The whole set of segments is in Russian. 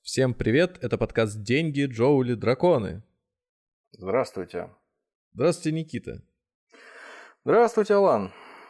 Всем привет, это подкаст «Деньги, Джоули, драконы». Здравствуйте. Здравствуйте, Никита. Здравствуйте, Алан.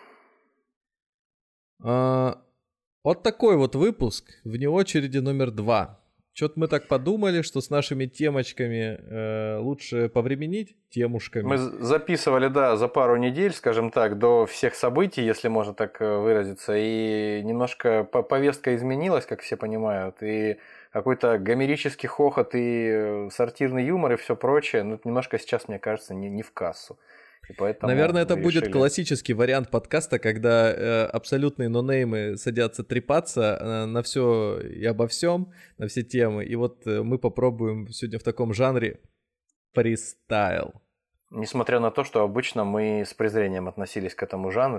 Вот такой вот выпуск, вне очереди номер 2. Что-то мы так подумали, что с нашими темочками лучше повременить, темушками. Мы записывали, за пару недель, скажем так, до всех событий, если можно так выразиться, и немножко повестка изменилась, как все понимают, и какой-то гомерический хохот и сортирный юмор и все прочее, немножко сейчас, мне кажется, не в кассу. И поэтому наверное, это будет классический вариант подкаста, когда абсолютные нонеймы садятся трепаться на все и обо всем, на все темы. И вот мы попробуем сегодня в таком жанре фристайл. Несмотря на то, что обычно мы с презрением относились к этому жанру,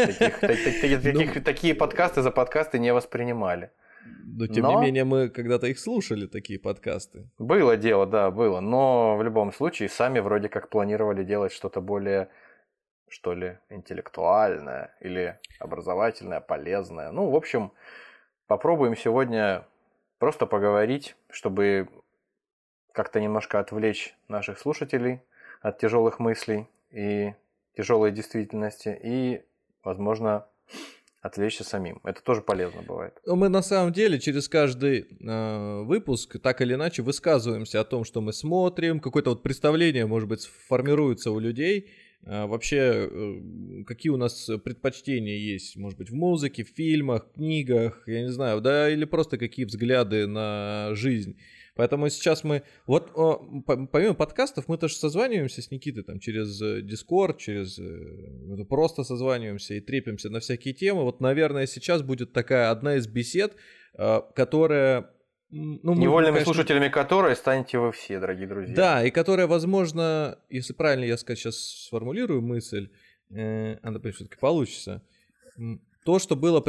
и такие подкасты за подкасты не воспринимали. Но тем не менее мы когда-то их слушали, такие подкасты. Было дело, да, было. Но в любом случае сами вроде как планировали делать что-то более, что ли, интеллектуальное или образовательное, полезное. В общем, попробуем сегодня просто поговорить, чтобы как-то немножко отвлечь наших слушателей от тяжелых мыслей и тяжелой действительности и, возможно, отвлечься самим. Это тоже полезно бывает. Мы на самом деле через каждый выпуск так или иначе высказываемся о том, что мы смотрим, какое-то вот представление, может быть, формируется у людей. Вообще, какие у нас предпочтения есть, может быть, в музыке, в фильмах, книгах, я не знаю, да, или просто какие взгляды на жизнь. Поэтому сейчас мы, вот помимо подкастов, мы тоже созваниваемся с Никитой там через Discord, просто созваниваемся и трепимся на всякие темы. Вот, наверное, сейчас будет такая одна из бесед, которая... невольными слушателями которой станете вы все, дорогие друзья. Да, и которая, возможно, если правильно я сейчас сформулирую мысль, она все-таки получится. То, что было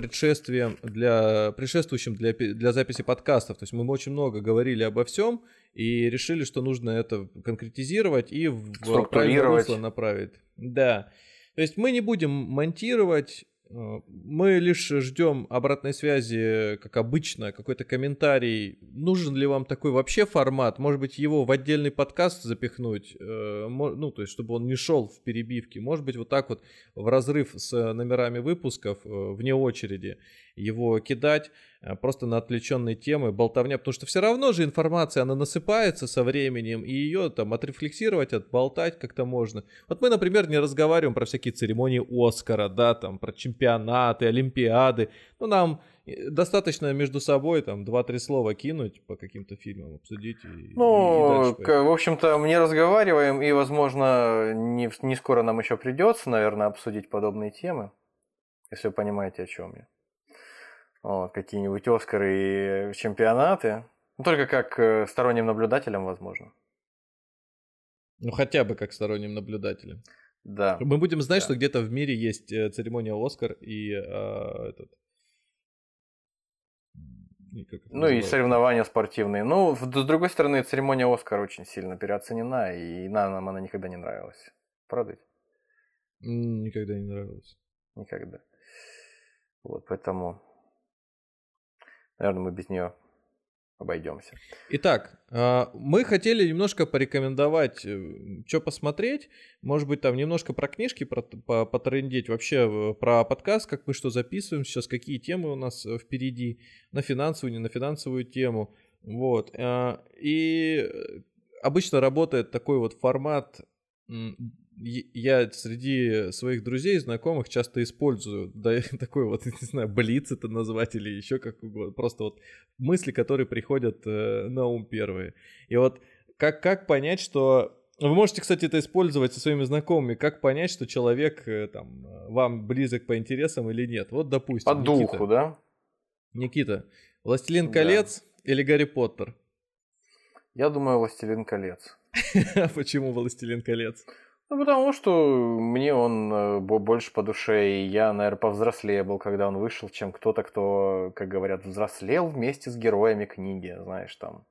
предшествующим для записи подкастов. То есть мы очень много говорили обо всем и решили, что нужно это конкретизировать и в правильное русло направить. Да. То есть мы не будем монтировать, мы лишь ждем обратной связи, как обычно, какой-то комментарий. Нужен ли вам такой вообще формат? Может быть, его в отдельный подкаст запихнуть? То есть, чтобы он не шел в перебивке. Может быть, вот так вот в разрыв с номерами выпусков, вне очереди, его кидать просто на отвлеченные темы, болтовня. Потому что все равно же информация, она насыпается со временем, и ее там отрефлексировать, отболтать как-то можно. Вот мы, например, не разговариваем про всякие церемонии Оскара, да, там, про чемпионаты, олимпиады. Нам достаточно между собой там 2-3 слова кинуть по каким-то фильмам, обсудить и дальше. В общем-то, мы не разговариваем, и, возможно, не скоро нам еще придется, наверное, обсудить подобные темы, если вы понимаете, о чем я. Какие-нибудь Оскары и чемпионаты. Только как сторонним наблюдателям, возможно. Хотя бы как сторонним наблюдателем. Да. Мы будем знать, что где-то в мире есть церемония Оскар и и соревнования спортивные. С другой стороны, церемония Оскар очень сильно переоценена, и нам она никогда не нравилась. Правда? Никогда не нравилась. Никогда. Поэтому, наверное, мы без нее обойдемся. Итак, мы хотели немножко порекомендовать, что посмотреть. Может быть, там немножко про книжки потрындеть. Вообще про подкаст, как мы что записываем сейчас, какие темы у нас впереди. На финансовую, не на финансовую тему. Вот. И обычно работает такой вот формат. Я среди своих друзей, знакомых часто использую, да, такой вот, не знаю, блиц это назвать или еще как угодно, просто вот мысли, которые приходят на ум первые. И вот как понять, что... Вы можете, кстати, это использовать со своими знакомыми, как понять, что человек там вам близок по интересам или нет. Вот, допустим, по духу, да? Никита, «Властелин колец» или «Гарри Поттер»? Я думаю, «Властелин колец». Почему «Властелин колец»? Потому что мне он больше по душе, и я, наверное, повзрослее был, когда он вышел, чем кто-то, кто, как говорят, взрослел вместе с героями книги, знаешь, там.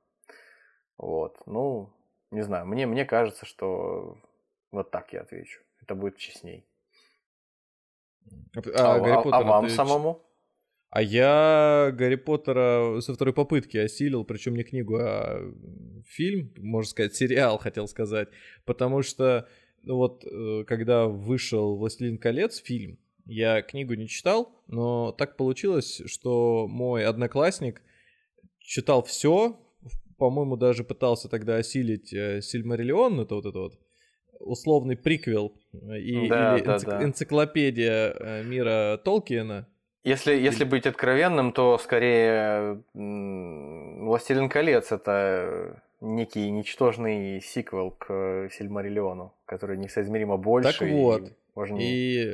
Не знаю, мне кажется, что вот так я отвечу. Это будет честней. А вам самому? А я Гарри Поттера со второй попытки осилил, причем не книгу, а фильм, можно сказать, сериал, хотел сказать. Потому что, ну вот, когда вышел «Властелин колец» фильм, я книгу не читал, но так получилось, что мой одноклассник читал все, по-моему, даже пытался тогда осилить Сильмариллион, это вот условный приквел или энциклопедия мира Толкиена. Если быть откровенным, то скорее «Властелин колец» — это некий ничтожный сиквел к Сильмариллиону, который несоизмеримо больше. Так вот, и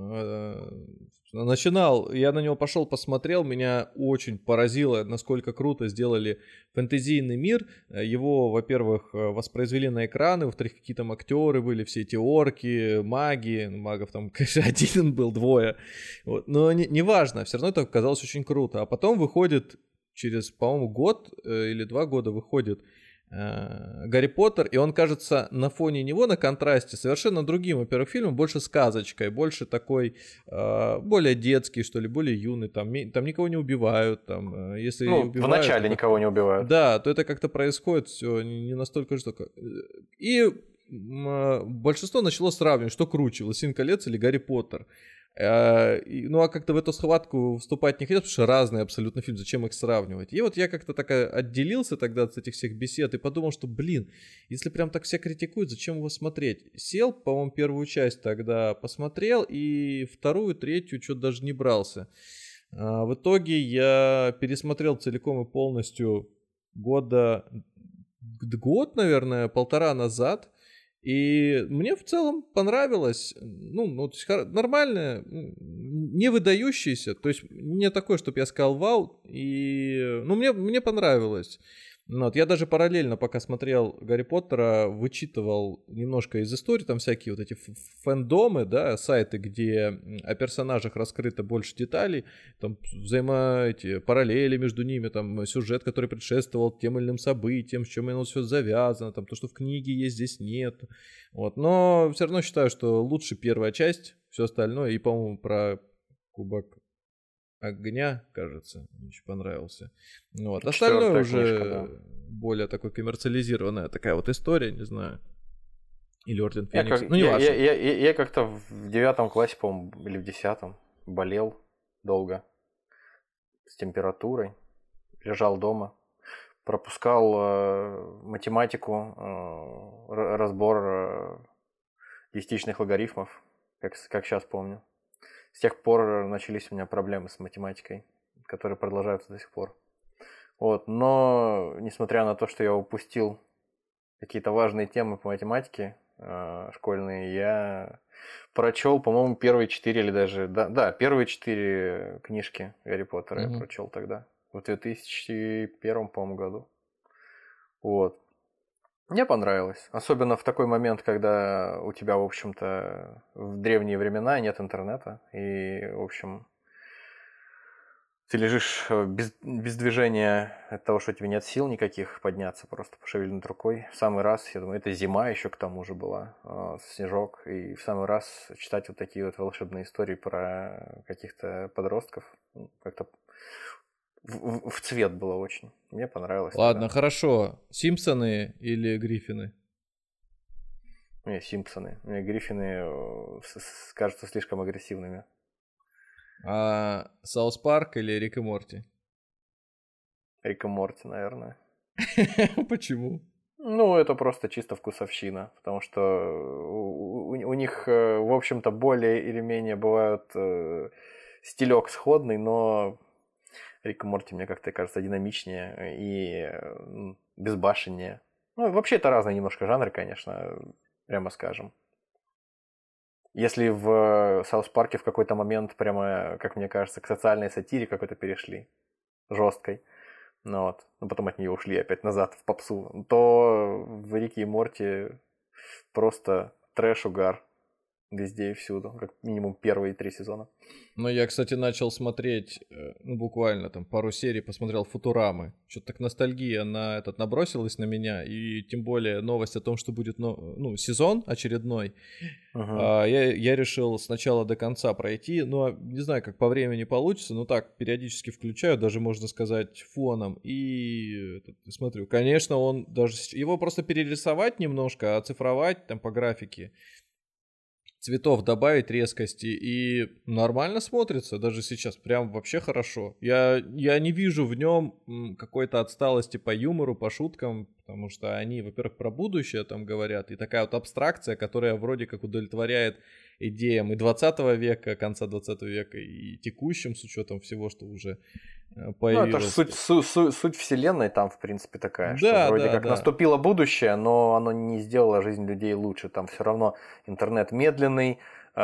начинал, я на него пошел, посмотрел, меня очень поразило, насколько круто сделали фэнтезийный мир. Его, во-первых, воспроизвели на экраны, во-вторых, какие там актеры были, все эти орки, маги, магов там, конечно, один был, двое. Вот. Но неважно, все равно это оказалось очень круто. А потом выходит, через, по-моему, год или 2 года выходит Гарри Поттер, и он кажется на фоне него, на контрасте, совершенно другим, во-первых, фильмом, больше сказочкой, больше такой, более детский, что ли, более юный, там никого не убивают, там, если убивают... вначале никого не убивают. Да, то это как-то происходит все не настолько жестоко. И большинство начало сравнивать, что круче, «Властелин колец» или «Гарри Поттер». Ну, а как-то в эту схватку вступать не хотел, потому что разные абсолютно фильмы, зачем их сравнивать? И вот я как-то так отделился тогда от этих всех бесед и подумал, что, если прям так все критикуют, зачем его смотреть? Сел, по-моему, первую часть тогда посмотрел, и вторую, третью что-то даже не брался. В итоге я пересмотрел целиком и полностью год, наверное, 1,5 назад. И мне в целом понравилось, нормальное, не выдающееся, то есть не такое, чтобы я сказал вау, и, мне понравилось. Вот, я даже параллельно, пока смотрел Гарри Поттера, вычитывал немножко из истории, там всякие вот эти фэндомы, да, сайты, где о персонажах раскрыто больше деталей, там параллели между ними, там сюжет, который предшествовал тем или иным событиям, с чем оно все завязано, там то, что в книге есть, здесь нет. Вот, но все равно считаю, что лучше первая часть, все остальное, и, по-моему, про Кубок огня, кажется, мне еще понравился. Вот. Остальное уже книжка, более такой коммерциализированная такая вот история, не знаю. Или Орден Феникса. Я как-то в 9 классе, по-моему, или в 10 болел долго с температурой, лежал дома, пропускал математику, разбор десятичных логарифмов, как сейчас помню. С тех пор начались у меня проблемы с математикой, которые продолжаются до сих пор. Вот. Но, несмотря на то, что я упустил какие-то важные темы по математике школьные, я прочел, по-моему, первые 4 или даже... первые 4 книжки Гарри Поттера я прочел тогда, в 2001, по-моему, году. Вот. Мне понравилось. Особенно в такой момент, когда у тебя, в общем-то, в древние времена нет интернета. И, в общем, ты лежишь без движения от того, что у тебя нет сил никаких подняться, просто пошевельнуть рукой. В самый раз, я думаю, это зима еще к тому же была, снежок. И в самый раз читать вот такие вот волшебные истории про каких-то подростков. Как-то в цвет было очень. Мне понравилось. Ладно, тогда. Хорошо. Симпсоны или Гриффины? Не, Симпсоны. Мне Гриффины кажутся слишком агрессивными. А Саус Парк или Рик и Морти? Рик и Морти, наверное. Почему? Ну, это просто чисто вкусовщина. Потому что у них, в общем-то, более или менее бывают стилек сходный, но... Рик и Морти мне как-то кажется динамичнее и безбашеннее. Ну, вообще это разные немножко жанры, конечно, прямо скажем. Если в Саус Парке в какой-то момент прямо, как мне кажется, к социальной сатире какой-то перешли, жесткой, но потом от нее ушли опять назад в попсу, то в Рике и Морти просто трэш-угар. везде и всюду, как минимум первые 3 сезона. Ну, я, кстати, начал смотреть, ну, буквально там пару серий посмотрел «Футурамы». Что-то так ностальгия набросилась на меня, и тем более новость о том, что будет, сезон очередной. Я решил сначала до конца пройти, не знаю, как по времени получится, но так, периодически включаю, даже, можно сказать, фоном, и смотрю. Конечно, его просто перерисовать немножко, оцифровать там по графике, цветов добавить резкости, и нормально смотрится даже сейчас, прям вообще хорошо. Я не вижу в нем какой-то отсталости по юмору, по шуткам, потому что они, во-первых, про будущее там говорят, и такая вот абстракция, которая вроде как удовлетворяет идеям и 20 века, конца 20 века, и текущим, с учетом всего, что уже появилось. Ну, это же суть вселенной там, в принципе, такая, что вроде как наступило будущее, но оно не сделало жизнь людей лучше. Там все равно интернет медленный,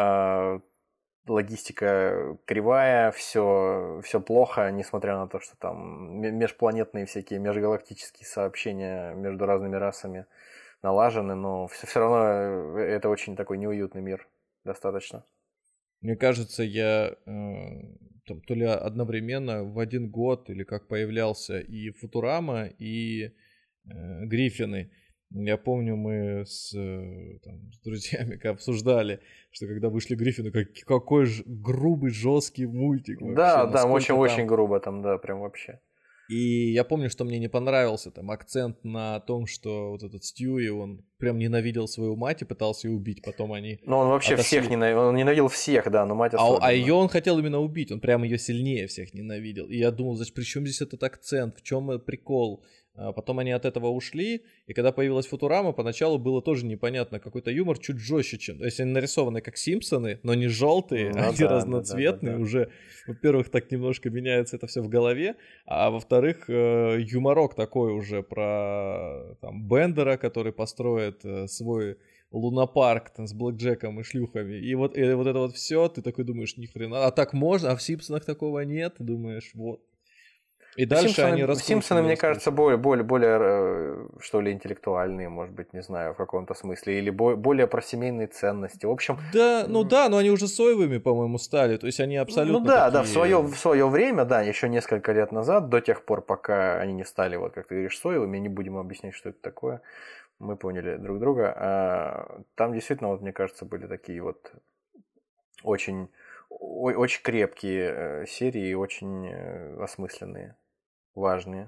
логистика кривая, все плохо, несмотря на то, что там межпланетные всякие межгалактические сообщения между разными расами налажены, но все равно это очень такой неуютный мир достаточно. Мне кажется, я то ли одновременно в один год, или как появлялся и Футурама, и Гриффины. Я помню, мы с друзьями обсуждали, что когда вышли Гриффины, какой же грубый, жесткий мультик. Да, очень грубо там, да, прям вообще. И я помню, что мне не понравился там акцент на том, что вот этот Стьюи, он прям ненавидел свою мать и пытался ее убить, потом они... Ну, он вообще всех ненавидел, он ненавидел всех, да, но мать особенно. А ее он хотел именно убить, он прям ее сильнее всех ненавидел. И я думал, при чем здесь этот акцент, в чем прикол? Потом они от этого ушли, и когда появилась Футурама, поначалу было тоже непонятно, какой-то юмор чуть жестче, чем... То есть они нарисованы как Симпсоны, но не желтые, они разноцветные, уже, во-первых, так немножко меняется это все в голове, а во-вторых, юморок такой уже про там Бендера, который построит свой лунопарк там, с блэкджеком и шлюхами, и вот это вот все, ты такой думаешь, ни хрена, а так можно, а в Симпсонах такого нет, ты думаешь, вот. И дальше Симпсоны, мне кажется, более, что ли, интеллектуальные, может быть, не знаю, в каком-то смысле, или более про семейные ценности. В общем... Да, но они уже соевыми, по-моему, стали, то есть они абсолютно в свое время, да, еще несколько лет назад, до тех пор, пока они не стали, вот как ты говоришь, соевыми, не будем объяснять, что это такое, мы поняли друг друга. Там действительно, вот, мне кажется, были такие вот очень крепкие серии, очень осмысленные. Важные.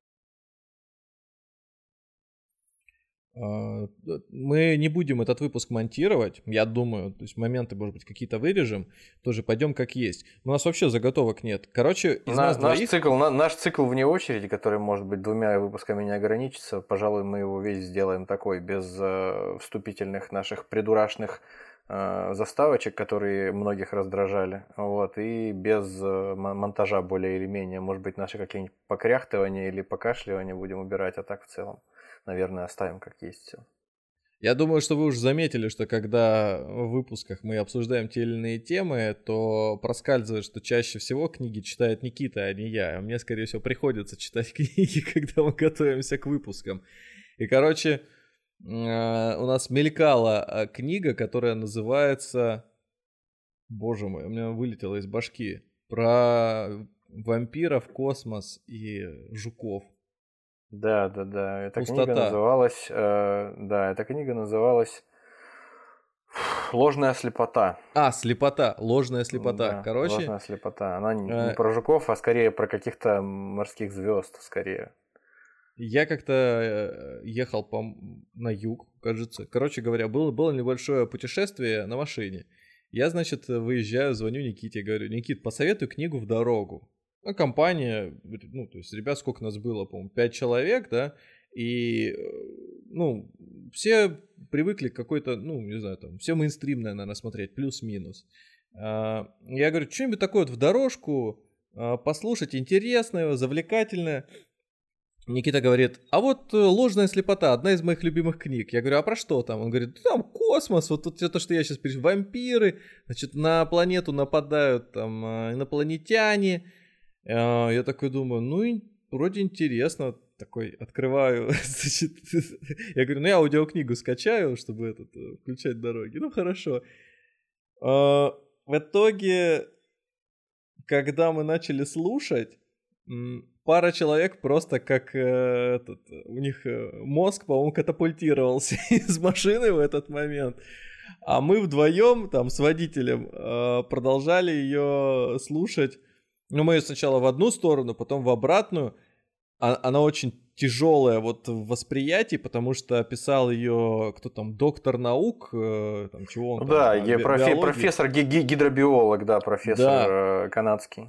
Мы не будем этот выпуск монтировать, я думаю, то есть моменты, может быть, какие-то вырежем, тоже пойдем как есть. У нас вообще заготовок нет. Короче, из нас двоих... Наш цикл вне очереди, который, может быть, 2 выпусками не ограничится, пожалуй, мы его весь сделаем такой, без вступительных наших придурашных заставочек, которые многих раздражали, вот, и без монтажа более или менее. Может быть, наши какие-нибудь покряхтывания или покашливания будем убирать, а так в целом, наверное, оставим как есть все. Я думаю, что вы уже заметили, что когда в выпусках мы обсуждаем те или иные темы, то проскальзывает, что чаще всего книги читает Никита, а не я. А мне, скорее всего, приходится читать книги, когда мы готовимся к выпускам. И, короче... У нас мелькала книга, которая называется, боже мой, у меня вылетело из башки, про вампиров, космос и жуков. Да, эта книга называлась «Ложная слепота». Ложная слепота. Да, короче. Ложная слепота. Она не про жуков, а скорее про каких-то морских звезд, скорее. Я как-то ехал на юг, кажется. Короче говоря, было небольшое путешествие на машине. Я, значит, выезжаю, звоню Никите, говорю: Никит, посоветуй книгу в дорогу. Ну, компания, то есть ребят, сколько нас было, по-моему, 5 человек, да, и, все привыкли к какой-то, не знаю, там, все мейнстримное, наверное, смотреть, плюс-минус. Я говорю, что-нибудь такое вот в дорожку, послушать интересное, завлекательное. Никита говорит: а вот «Ложная слепота», одна из моих любимых книг. Я говорю: а про что там? Он говорит: там космос, вот тут то, что я сейчас пишу, вампиры, значит, на планету нападают там инопланетяне. Я такой думаю, вроде интересно. Такой открываю, значит, я говорю: я аудиокнигу скачаю, чтобы включать дороги. Хорошо. В итоге, когда мы начали слушать, пара человек просто как у них мозг, по-моему, катапультировался из машины в этот момент. А мы вдвоем там с водителем продолжали ее слушать. Ну, мы ее сначала в одну сторону, потом в обратную. Она очень тяжелая вот в восприятии, потому что писал ее кто там, доктор наук, там чего он там, профессор гидробиолог, да, профессор канадский.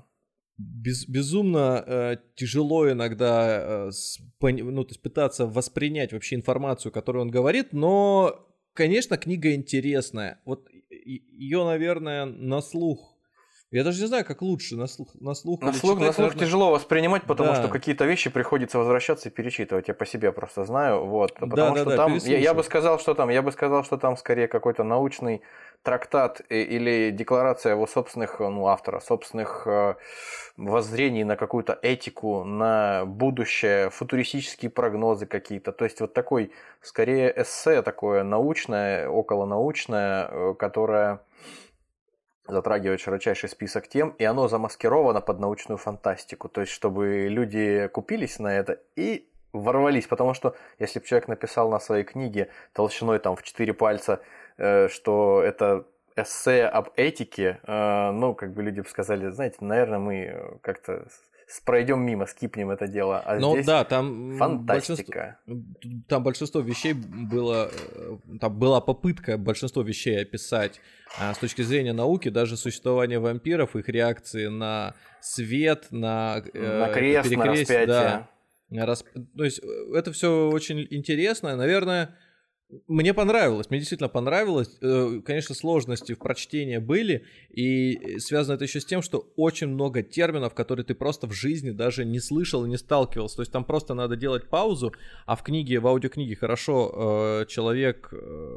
Безумно тяжело иногда то есть пытаться воспринять вообще информацию, которую он говорит, но, конечно, книга интересная. Вот ее, наверное, на слух. Я даже не знаю, как лучше, на слух на слух наверное... тяжело воспринимать, потому что какие-то вещи приходится возвращаться и перечитывать. Я по себе просто знаю, вот. Потому что там, я бы сказал, что там скорее какой-то научный трактат или декларация его собственных, автора, собственных воззрений на какую-то этику, на будущее, футуристические прогнозы какие-то. То есть вот такой, скорее эссе такое научное, околонаучное, которое затрагивает широчайший список тем, и оно замаскировано под научную фантастику. То есть, чтобы люди купились на это и ворвались. Потому что, если бы человек написал на своей книге толщиной там в 4 пальца, что это эссе об этике, люди бы сказали, знаете, наверное, мы как-то пройдем мимо, скипнем это дело. А здесь там фантастика. Там большинство вещей было... Там была попытка большинство вещей описать с точки зрения науки, даже существование вампиров, их реакции на свет, на крест, на распятие. Да, то есть это все очень интересно. Наверное, мне понравилось, мне действительно понравилось. Конечно, сложности в прочтении были, и связано это еще с тем, что очень много терминов, которые ты просто в жизни даже не слышал и не сталкивался. То есть там просто надо делать паузу, а в аудиокниге хорошо человек,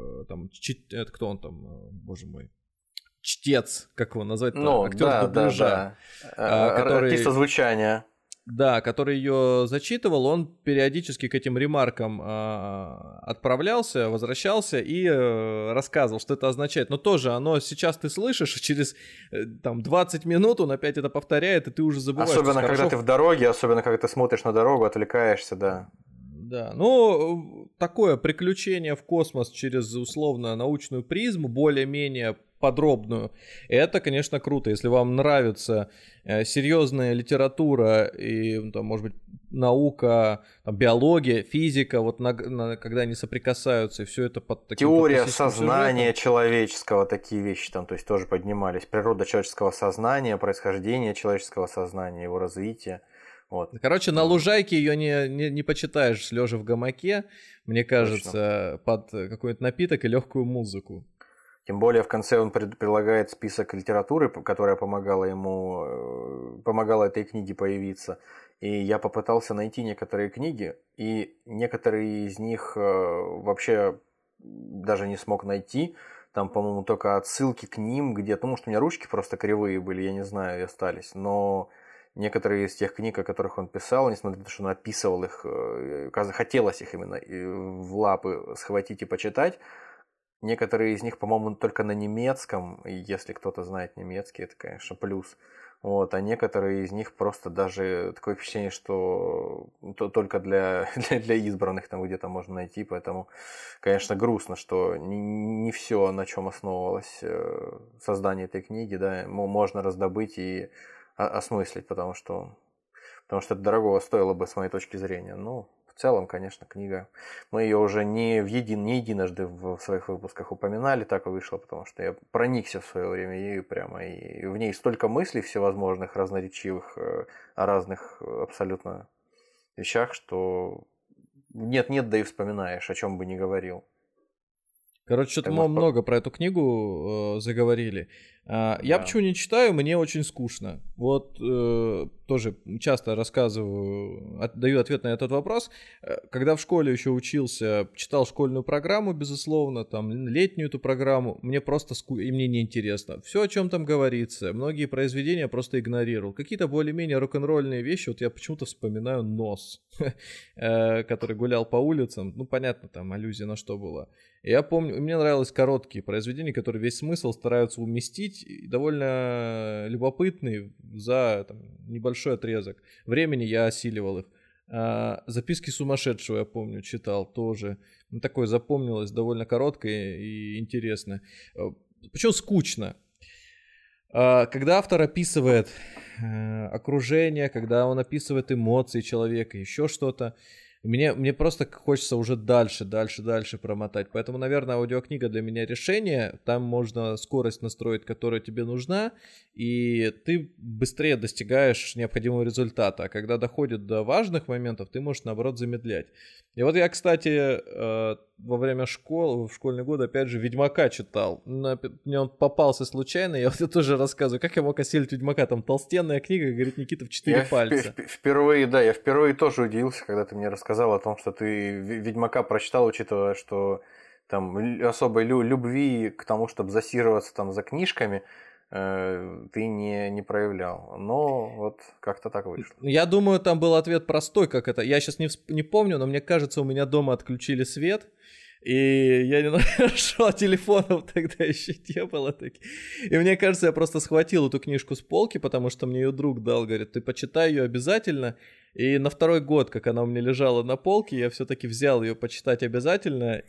это кто он там, боже мой, чтец, как его назвать, актер дубляжа, который... артист озвучания. Да, который ее зачитывал, он периодически к этим ремаркам отправлялся, возвращался и рассказывал, что это означает. Но тоже оно сейчас ты слышишь, и через 20 минут он опять это повторяет, и ты уже забываешь. Особенно, когда ты в дороге, особенно, когда ты смотришь на дорогу, отвлекаешься, да. Да, такое приключение в космос через условно научную призму, более-менее подробную, это, конечно, круто. Если вам нравится серьезная литература и, может быть, наука, биология, физика, вот когда они соприкасаются, и все это под таким... Теория сознания человеческого, такие вещи там, то есть тоже поднимались. Природа человеческого сознания, происхождение человеческого сознания, его развитие. Вот. Короче, на лужайке ее не почитаешь, лежа в гамаке, мне кажется, под какой-то напиток и легкую музыку. Тем более в конце он прилагает список литературы, которая помогала этой книге появиться. И я попытался найти некоторые книги, и некоторые из них вообще даже не смог найти. Там, по-моему, только отсылки к ним где-то. Потому что у меня ручки просто кривые были, я не знаю, и остались. Но некоторые из тех книг, о которых он писал, несмотря на то, что он описывал их, хотелось их именно в лапы схватить и почитать. Некоторые из них, по-моему, только на немецком, и если кто-то знает немецкий, это, конечно, плюс. Вот, а некоторые из них просто даже такое впечатление, что только для избранных там где-то можно найти, поэтому, конечно, грустно, что не все, на чем основывалось создание этой книги, да, можно раздобыть и осмыслить, потому что это дорого стоило бы с моей точки зрения. В целом, конечно, книга. Мы ее уже не единожды в своих выпусках упоминали, так и вышло, потому что я проникся в свое время ею прямо, и в ней столько мыслей всевозможных, разноречивых, о разных абсолютно вещах, что нет, да и вспоминаешь, о чем бы ни говорил. Короче, что-то мы много про эту книгу заговорили. Я почему не читаю, мне очень скучно. Вот тоже часто рассказываю, даю ответ на этот вопрос. Когда в школе еще учился, читал школьную программу, безусловно, там летнюю эту программу, мне просто и мне неинтересно. Все, о чем там говорится, многие произведения просто игнорировал. Какие-то более-менее рок-н-ролльные вещи, вот я почему-то вспоминаю «Нос», который гулял по улицам. Ну, понятно, там аллюзия на что была. Я помню, мне нравились короткие произведения, которые весь смысл стараются уместить, и довольно любопытные за небольшой отрезок времени, я осиливал их. «Записки сумасшедшего», я помню, читал тоже. Ну, такое запомнилось, довольно короткое и интересное. Причем скучно. Когда автор описывает окружение, когда он описывает эмоции человека, еще что-то, мне просто хочется уже дальше промотать. Поэтому, наверное, аудиокнига для меня решение. Там можно скорость настроить, которая тебе нужна, и ты быстрее достигаешь необходимого результата. А когда доходит до важных моментов, ты можешь, наоборот, замедлять. И вот я, кстати, во время школы, в школьные годы, опять же, «Ведьмака» читал. Мне он попался случайно, я вот тоже рассказываю, как я мог осилить «Ведьмака». Там толстенная книга, говорит Никита, в 4 пальца. Я впервые тоже удивился, когда ты мне рассказал о том, что ты «Ведьмака» прочитал, учитывая, что там особой любви к тому, чтобы засиживаться там за книжками, ты не проявлял. Но вот как-то так вышло. Я думаю, там был ответ простой, как это. Я сейчас не помню, но мне кажется, у меня дома отключили свет, и я не нашел телефонов, тогда еще не было таких. И мне кажется, я просто схватил эту книжку с полки, потому что мне ее друг дал, говорит, ты почитай ее обязательно. И на второй год, как она у меня лежала на полке, я все-таки взял ее почитать обязательно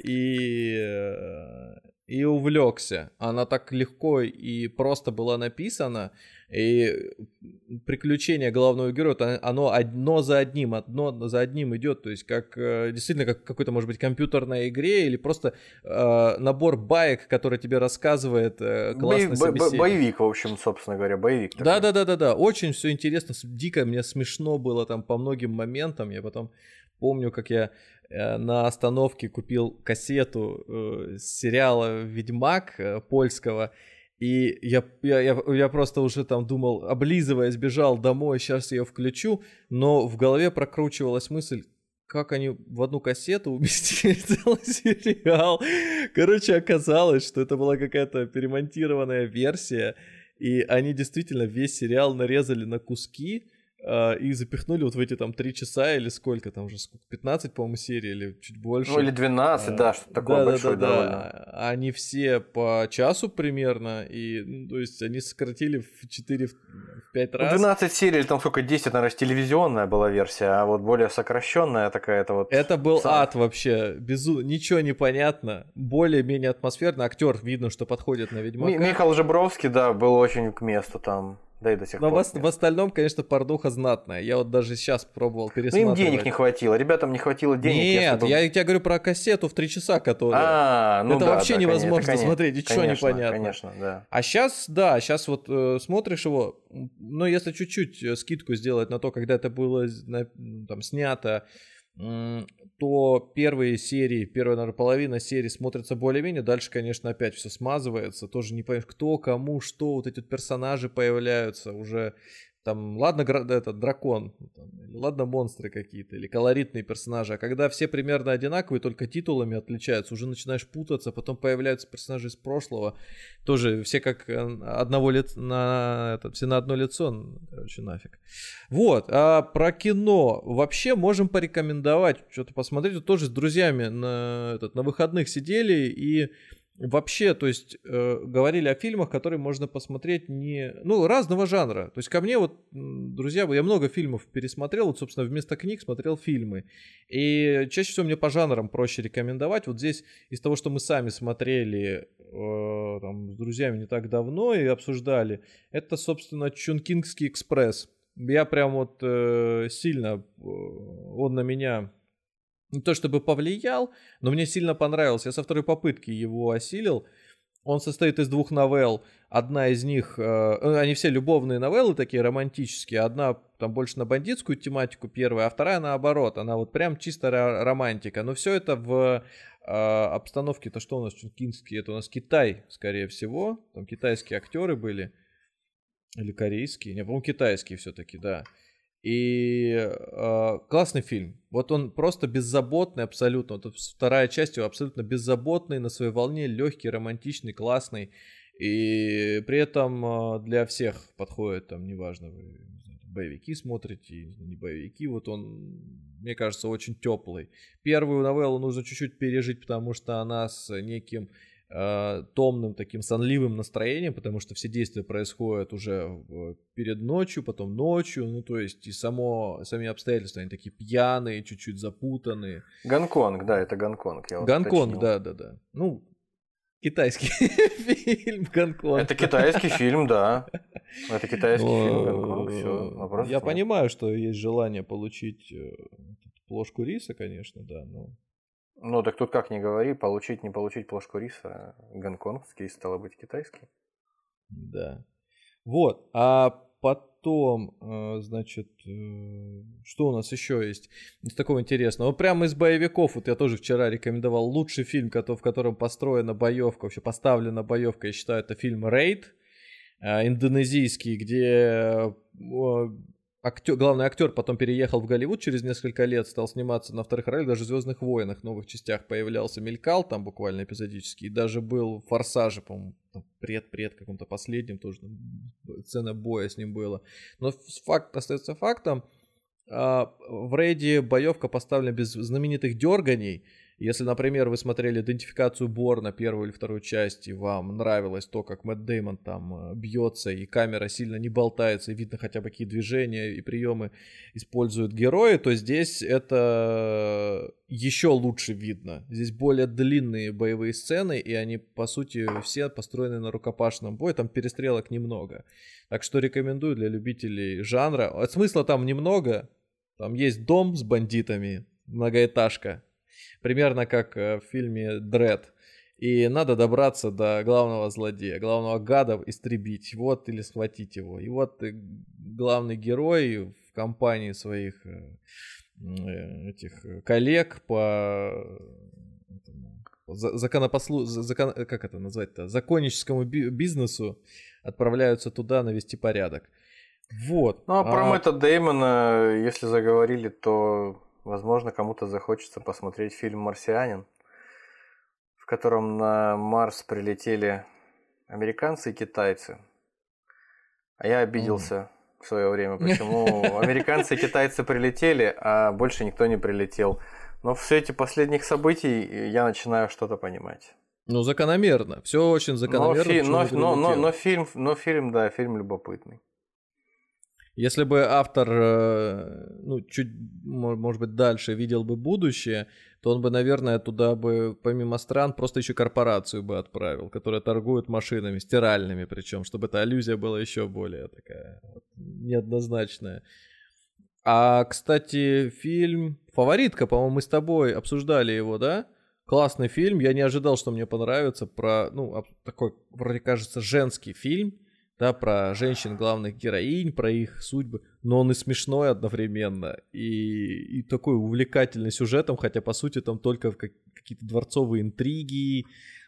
и увлекся. Она так легко и просто была написана, и приключения главного героя, оно одно за одним идет, то есть как действительно как какой-то, может быть, компьютерной игре или просто набор баек, который тебе рассказывает классный собеседник. Боевик, в общем, собственно говоря, боевик. Да, очень все интересно, дико, мне смешно было там по многим моментам, я потом помню, как я на остановке купил кассету сериала «Ведьмак» польского, и я просто уже там думал, облизываясь, бежал домой, сейчас я ее включу, но в голове прокручивалась мысль, как они в одну кассету уместили целый сериал. Короче, оказалось, что это была какая-то перемонтированная версия, и они действительно весь сериал нарезали на куски, и запихнули вот в эти там 3 часа или сколько там уже, 15, по-моему, серий или чуть больше. Ну или 12, да, что-то такое большое довольно. Они все по часу примерно, и, то есть они сократили в 4-5 раз. 12 серий, там сколько, 10, наверное, телевизионная была версия, а вот более сокращенная такая-то вот. Это был ад вообще, ничего не понятно, более-менее атмосферно, актер видно, что подходит на Ведьмака. Михаил Жебровский, да, был очень к месту там. Да и до сих пор. Но в остальном, конечно, порнуха знатная. Я вот даже сейчас пробовал пересматривать. Ну им денег не хватило, ребятам не хватило денег. Нет, я тебе говорю про кассету в 3 часа, которая... Это вообще невозможно смотреть, ничего не понятно. Конечно, да. А сейчас вот смотришь его, ну если чуть-чуть скидку сделать на то, когда это было там снято, то первая, наверное, половина серии смотрится более-менее, дальше, конечно, опять все смазывается, тоже не понимаешь, кто, кому, что, вот эти персонажи появляются уже, там, ладно, этот дракон, там, ладно, монстры какие-то, или колоритные персонажи, а когда все примерно одинаковые, только титулами отличаются, уже начинаешь путаться, потом появляются персонажи из прошлого, тоже все как одного лица, все на одно лицо, короче, нафиг. Вот, а про кино вообще можем порекомендовать, что-то посмотреть, вот тоже с друзьями на выходных сидели и... Вообще, то есть, говорили о фильмах, которые можно посмотреть разного жанра. То есть, ко мне вот, друзья, я много фильмов пересмотрел, вот, собственно, вместо книг смотрел фильмы. И чаще всего мне по жанрам проще рекомендовать. Вот здесь из того, что мы сами смотрели с друзьями не так давно и обсуждали, это, собственно, «Чункингский экспресс». Я прям вот сильно, он на меня... Не то чтобы повлиял, но мне сильно понравился. Я со второй попытки его осилил. Он состоит из 2 новелл. Одна из них, они все любовные новеллы такие романтические. Одна там больше на бандитскую тематику первая, а вторая наоборот. Она вот прям чисто романтика. Но все это в обстановки-то что у нас чункинские? Это у нас Китай, скорее всего. Там китайские актеры были. Или корейские. Не, по-моему, китайские все-таки, да. И классный фильм. Вот он просто беззаботный абсолютно. Вот вторая часть его абсолютно беззаботный, на своей волне, легкий, романтичный, классный. И при этом для всех подходит, там, неважно, вы боевики смотрите, не боевики, вот он, мне кажется, очень теплый. Первую новеллу нужно чуть-чуть пережить, потому что она с неким томным таким сонливым настроением, потому что все действия происходят уже перед ночью, потом ночью, ну то есть и сами обстоятельства, они такие пьяные, чуть-чуть запутанные. Гонконг, да, это Гонконг. Гонконг, да. Ну, китайский фильм Гонконг. Это китайский фильм, да. Это китайский фильм Гонконг. Все, вопрос. Я понимаю, что есть желание получить плошку риса, конечно, да, но... Ну, так тут как ни говори, получить, не получить плошку риса, гонконгский, стало быть, китайский. Да. Вот, а потом, значит, что у нас еще есть из такого интересного? Вот прямо из боевиков, вот я тоже вчера рекомендовал лучший фильм, в котором построена боевка, вообще поставлена боевка, я считаю, это фильм «Рейд», индонезийский, где... главный актер потом переехал в Голливуд через несколько лет, стал сниматься на вторых ролях, даже в «Звездных войнах», новых частях появлялся, мелькал там буквально эпизодически, и даже был в «Форсаже», по-моему, пред каком-то последнем, тоже сцена боя с ним была. Но факт остается фактом, в «Рейде» боевка поставлена без знаменитых дерганий. Если, например, вы смотрели «Идентификацию Борна», первую или вторую часть, и вам нравилось то, как Мэтт Дэймон там бьется, и камера сильно не болтается, и видно хотя бы какие движения и приемы используют герои, то здесь это еще лучше видно. Здесь более длинные боевые сцены, и они, по сути, все построены на рукопашном бою, там перестрелок немного. Так что рекомендую для любителей жанра. Смысла там немного, там есть дом с бандитами, многоэтажка, примерно как в фильме «Дред». И надо добраться до главного злодея, главного гада истребить, вот, или схватить его. И вот главный герой в компании своих этих коллег по как это назвать-то, законническому бизнесу отправляются туда навести порядок. Вот. Ну, а про Мэтта Дэймона, если заговорили, то... Возможно, кому-то захочется посмотреть фильм «Марсианин», в котором на Марс прилетели американцы и китайцы. А я обиделся в свое время, почему американцы и китайцы прилетели, а больше никто не прилетел. Но в свете последних событий я начинаю что-то понимать. Ну, закономерно. Все очень закономерно. Но фильм, да, фильм любопытный. Если бы автор, чуть, может быть, дальше видел бы будущее, то он бы, наверное, туда бы, помимо стран, просто еще корпорацию бы отправил, которая торгует машинами, стиральными причем, чтобы эта аллюзия была еще более такая неоднозначная. А, кстати, фильм «Фаворитка», по-моему, мы с тобой обсуждали его, да? Классный фильм, я не ожидал, что мне понравится, такой, вроде кажется, женский фильм, да, про женщин, главных героинь, про их судьбы, но он и смешной одновременно, и такой увлекательный сюжетом, хотя, по сути, там только какие-то дворцовые интриги,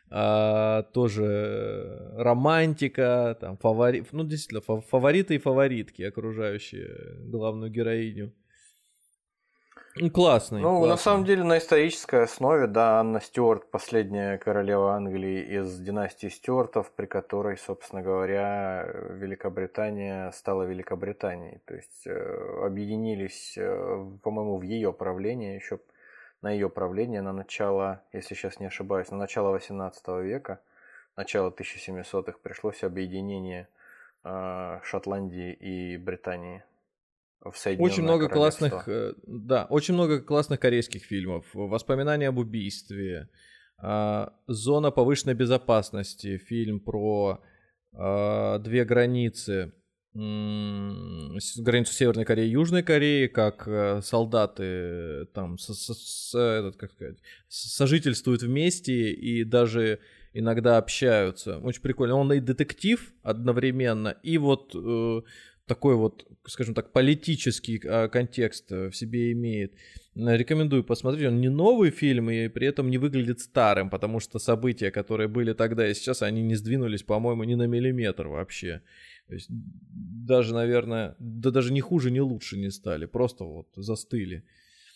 тоже романтика, там, действительно, фавориты и фаворитки, окружающие главную героиню. Классный. На самом деле, на исторической основе, да, Анна Стюарт, последняя королева Англии из династии Стюартов, при которой, собственно говоря, Великобритания стала Великобританией. То есть объединились, по-моему, в ее правление, еще на ее правление, на начало, если сейчас не ошибаюсь, на начало 18 века, начало 1700-х, пришлось объединение Шотландии и Британии. Очень много классных, очень много классных корейских фильмов. «Воспоминания об убийстве», «Зона повышенной безопасности», фильм про две границы, границу Северной Кореи и Южной Кореи, как солдаты там сожительствуют вместе и даже иногда общаются. Очень прикольно. Он и детектив одновременно, и вот такой вот, скажем так, политический контекст в себе имеет. Рекомендую посмотреть. Он не новый фильм и при этом не выглядит старым, потому что события, которые были тогда и сейчас, они не сдвинулись, по-моему, ни на миллиметр вообще. То есть даже, наверное, да даже не хуже, не лучше не стали. Просто вот застыли.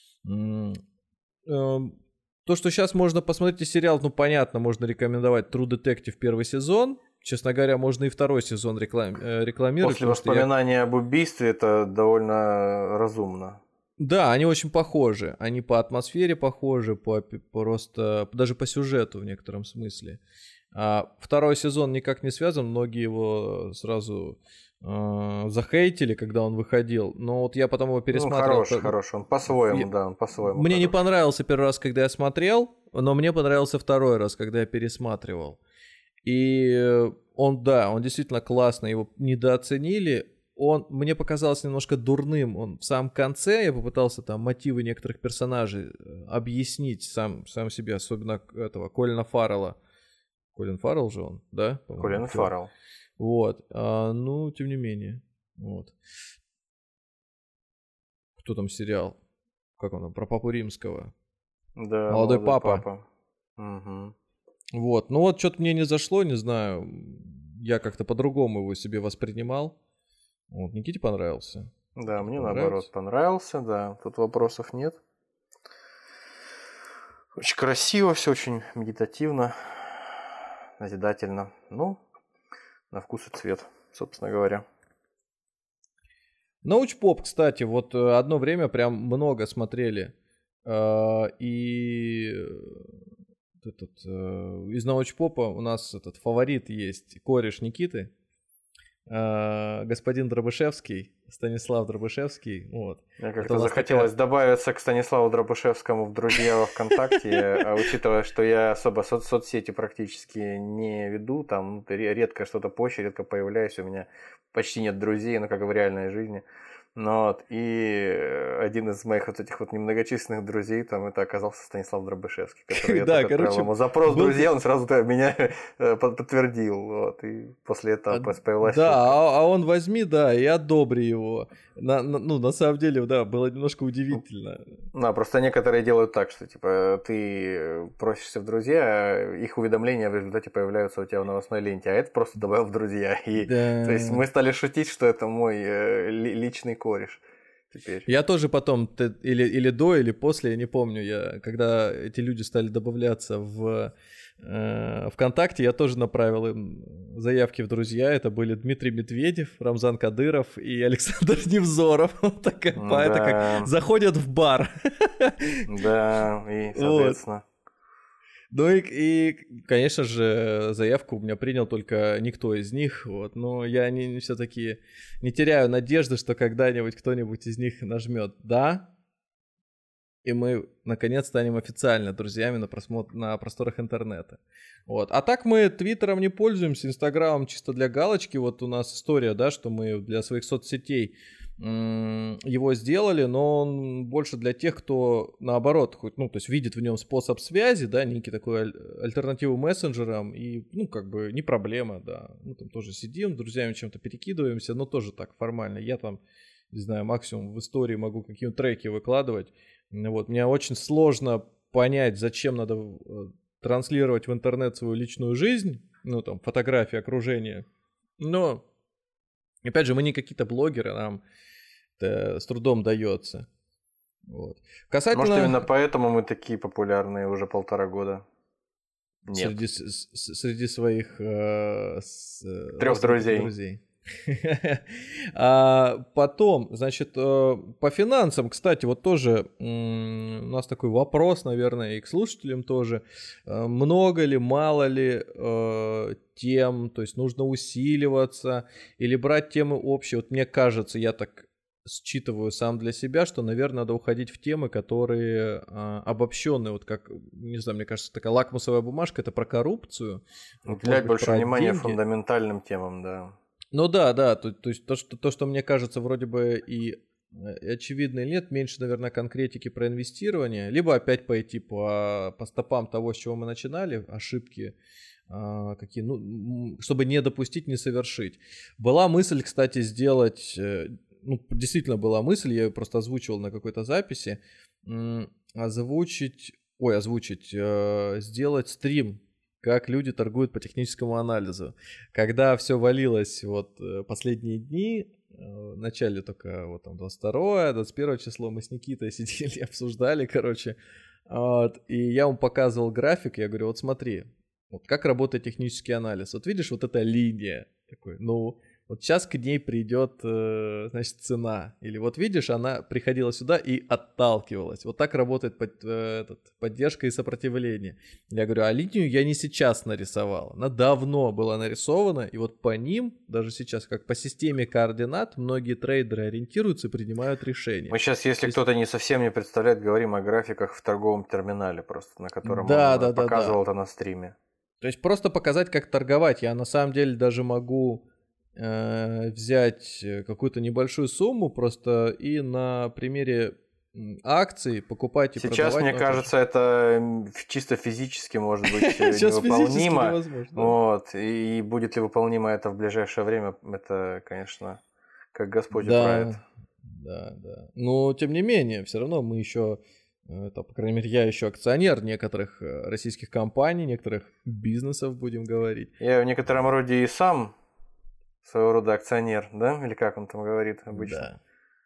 То, что сейчас можно посмотреть сериал, ну, понятно, можно рекомендовать True Detective первый сезон. Честно говоря, можно и второй сезон рекламировать. После воспоминания об убийстве это довольно разумно. Да, они очень похожи. Они по атмосфере похожи, просто даже по сюжету в некотором смысле. Второй сезон никак не связан. Многие его сразу захейтили, когда он выходил. Но вот я потом его пересматривал. Хороший. Он по-своему, он по-своему. Мне не понравился первый раз, когда я смотрел, но мне понравился второй раз, когда я пересматривал. И он действительно классно, его недооценили. Он мне показался немножко дурным. Он в самом конце, я попытался там мотивы некоторых персонажей объяснить сам себе, особенно этого Колина Фаррелла. Колин Фаррелл же он, да? Колин Фаррелл. Вот. Ну, тем не менее. Вот. Кто там сериал? Как он там? Про Папу Римского. Да, Молодой папа. Угу. Вот. Ну вот, что-то мне не зашло, не знаю. Я как-то по-другому его себе воспринимал. Вот, Никите понравился. Да, мне наоборот понравился, да. Тут вопросов нет. Очень красиво, все очень медитативно, назидательно. Ну, на вкус и цвет, собственно говоря. Научпоп, кстати, вот одно время прям много смотрели. И из научпопа у нас этот фаворит есть, кореш Никиты. Господин Дробышевский, Станислав Дробышевский. Вот. Мне как-то захотелось добавиться к Станиславу Дробышевскому в друзья во ВКонтакте, а учитывая, что я особо соцсети практически не веду, там редко что-то позже, редко появляюсь, у меня почти нет друзей, ну как и в реальной жизни. Ну, вот, и один из моих вот этих вот немногочисленных друзей, там, это оказался Станислав Дробышевский, который я отправил ему запрос в друзья, он сразу меня подтвердил, вот, и после этого появилась шутка. Да, а он возьми, да, и одобри его. На самом деле, да, было немножко удивительно. Да, просто некоторые делают так, что, типа, ты просишься в друзья, их уведомления в результате появляются у тебя в новостной ленте, а это просто добавил в друзья. И, да. То есть мы стали шутить, что это мой личный кореш теперь. Я тоже потом, или до, или после, я не помню, когда эти люди стали добавляться в ВКонтакте, я тоже направил им заявки в друзья. Это были Дмитрий Медведев, Рамзан Кадыров и Александр Невзоров. Такая это как заходят в бар. Да, и соответственно. Ну и, конечно же, заявку у меня принял только никто из них, вот, но я все-таки не теряю надежды, что когда-нибудь кто-нибудь из них нажмет «да», и мы, наконец, станем официально друзьями на просторах интернета. Вот. А так мы Твиттером не пользуемся, Инстаграмом чисто для галочки. Вот у нас история, да, что мы для своих соцсетей его сделали, но он больше для тех, кто наоборот, то есть видит в нем способ связи, да, некий такой альтернативу мессенджерам, и, как бы не проблема, да. Мы там тоже сидим, с друзьями чем-то перекидываемся, но тоже так формально. Я там, не знаю, максимум в истории могу какие-нибудь треки выкладывать. Вот, мне очень сложно понять, зачем надо транслировать в интернет свою личную жизнь, там, фотографии, окружение. Но, опять же, мы не какие-то блогеры, нам это с трудом дается. Вот. Касательно... Может, именно поэтому мы такие популярные уже 1,5 года? Нет. Среди своих 3 друзей. Потом, значит, по финансам, кстати, вот тоже у нас такой вопрос, наверное, и к слушателям тоже. Много ли, мало ли тем, то есть нужно усиливаться или брать темы общие? Вот мне кажется, я так считываю сам для себя, что, наверное, надо уходить в темы, которые обобщенные, вот как, не знаю, мне кажется, такая лакмусовая бумажка, это про коррупцию. Уделять больше внимания фундаментальным темам, да. Ну да, то есть то, что мне кажется вроде бы и очевидно или нет, меньше, наверное, конкретики про инвестирование, либо опять пойти по стопам того, с чего мы начинали, ошибки какие, чтобы не допустить, не совершить. Была мысль, кстати, сделать, действительно была мысль, я ее просто озвучивал на какой-то записи, сделать стрим, как люди торгуют по техническому анализу. Когда все валилось вот последние дни, в начале только вот там 22-21 число мы с Никитой сидели, обсуждали, короче, вот, и я ему показывал график, я говорю, вот смотри, вот как работает технический анализ, вот видишь, вот эта линия, такой, ну, вот сейчас к ней придет, значит, цена. Или вот видишь, она приходила сюда и отталкивалась. Вот так работает поддержка и сопротивление. Я говорю, а линию я не сейчас нарисовал. Она давно была нарисована. И вот по ним, даже сейчас, как по системе координат, многие трейдеры ориентируются и принимают решения. Мы сейчас, если кто-то не совсем не представляет, говорим о графиках в торговом терминале просто, на котором он показывал это на стриме. То есть просто показать, как торговать. Я на самом деле даже могу взять какую-то небольшую сумму просто и на примере акций покупать и сейчас, продавать. Сейчас, мне кажется, это чисто физически может быть невыполнимо. Вот. И будет ли выполнимо это в ближайшее время, это, конечно, как Господь управит. Да. Но, тем не менее, все равно мы еще, по крайней мере, я еще акционер некоторых российских компаний, некоторых бизнесов, будем говорить. Я в некотором роде и сам своего рода акционер, да? Или как он там говорит обычно? Да.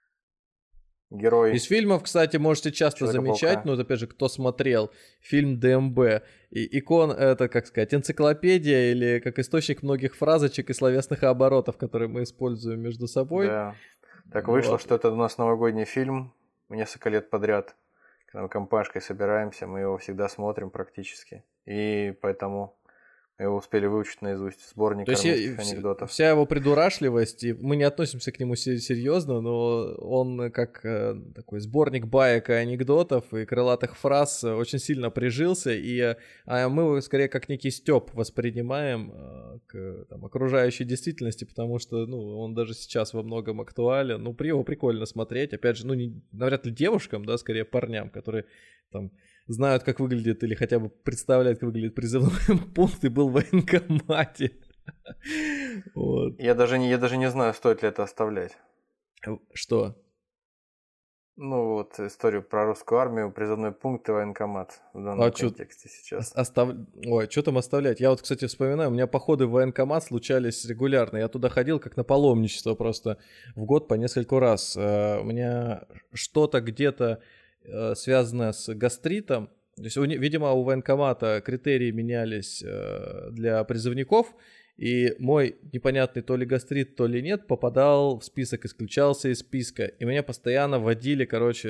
Герой. Из фильмов, кстати, можете часто замечать, но опять же, кто смотрел фильм ДМБ, это, как сказать, энциклопедия или как источник многих фразочек и словесных оборотов, которые мы используем между собой. Да. Так вышло, что это у нас новогодний фильм несколько лет подряд. Когда мы компашкой собираемся, мы его всегда смотрим практически. И поэтому... Его успели выучить наизусть, сборник армейских анекдотов. Вся его придурашливость, и мы не относимся к нему серьезно, но он как такой сборник баек и анекдотов и крылатых фраз очень сильно прижился, и мы его скорее как некий стёб воспринимаем к окружающей действительности, потому что он даже сейчас во многом актуален. Его прикольно смотреть, опять же, навряд ли девушкам, да, скорее парням, которые там знают, как выглядит, или хотя бы представляют, как выглядит призывной пункт, и был в военкомате. Вот. Я даже не знаю, стоит ли это оставлять. Что? Историю про русскую армию, призывной пункт и военкомат в данном контексте сейчас. Ой, что там оставлять? Я кстати, вспоминаю, у меня походы в военкомат случались регулярно. Я туда ходил как на паломничество просто в год по нескольку раз. У меня что-то где-то связанное с гастритом. То есть, видимо, у военкомата критерии менялись для призывников, и мой непонятный то ли гастрит, то ли нет попадал в список, исключался из списка. И меня постоянно водили,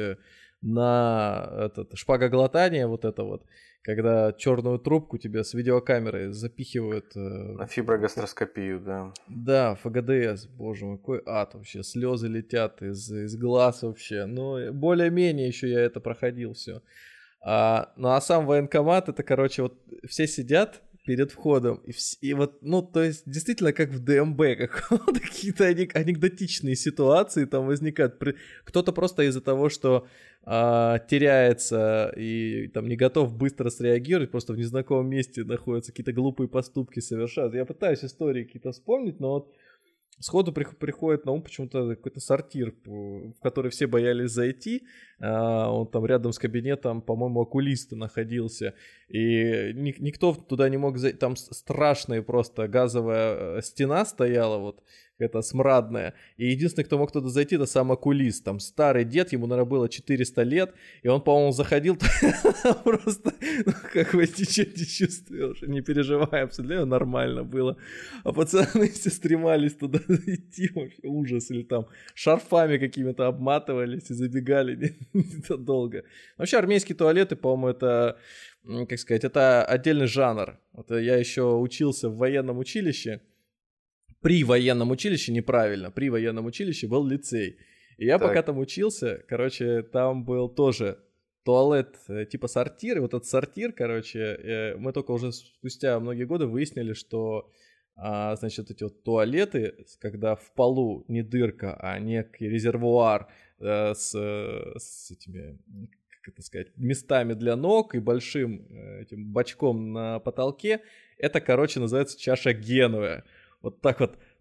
на шпагоглотание когда черную трубку тебе с видеокамерой запихивают. На фиброгастроскопию, да. Да, ФГДС, боже мой, какой ад вообще, слезы летят из глаз вообще. Но более-менее еще я это проходил все. А сам военкомат, это, все сидят перед входом, то есть действительно как в ДМБ, какие-то анекдотичные ситуации там возникают. Кто-то просто из-за того, что теряется и там не готов быстро среагировать, просто в незнакомом месте находятся, какие-то глупые поступки совершают. Я пытаюсь истории какие-то вспомнить, но сходу приходит на ум почему-то какой-то сортир, в который все боялись зайти. Он там рядом с кабинетом, по-моему, окулиста находился. И никто туда не мог зайти. Там страшная просто газовая стена стояла, какая-то смрадная. И единственный, кто мог туда зайти, это сам окулист. Там старый дед, ему, наверное, было 400 лет. И он, по-моему, заходил просто, ничего не чувствовал, не переживай, абсолютно нормально было. А пацаны все стремались туда зайти, вообще ужас. Или там шарфами какими-то обматывались и забегали это долго. Вообще армейские туалеты, по-моему, это, это отдельный жанр. Я еще учился в военном училище. При военном училище, неправильно, при военном училище был лицей. И я пока там учился, там был тоже туалет типа сортир. И этот сортир, мы только уже спустя многие годы выяснили, что, эти туалеты, когда в полу не дырка, а некий резервуар с этими, местами для ног и большим этим бачком на потолке, это, называется чаша Генуя.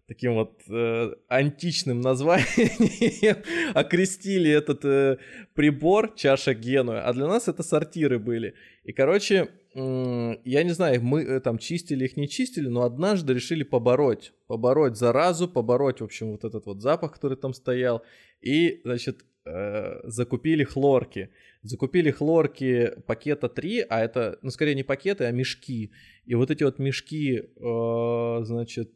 таким вот античным названием окрестили этот прибор, чаша Генуя, а для нас это сортиры были. И, короче, я не знаю, мы там чистили их, не чистили, но однажды решили побороть заразу, побороть, в общем, вот этот вот запах, который там стоял, и, значит, закупили хлорки пакета 3, а это, ну, скорее не пакеты, а мешки. И вот эти вот мешки, значит,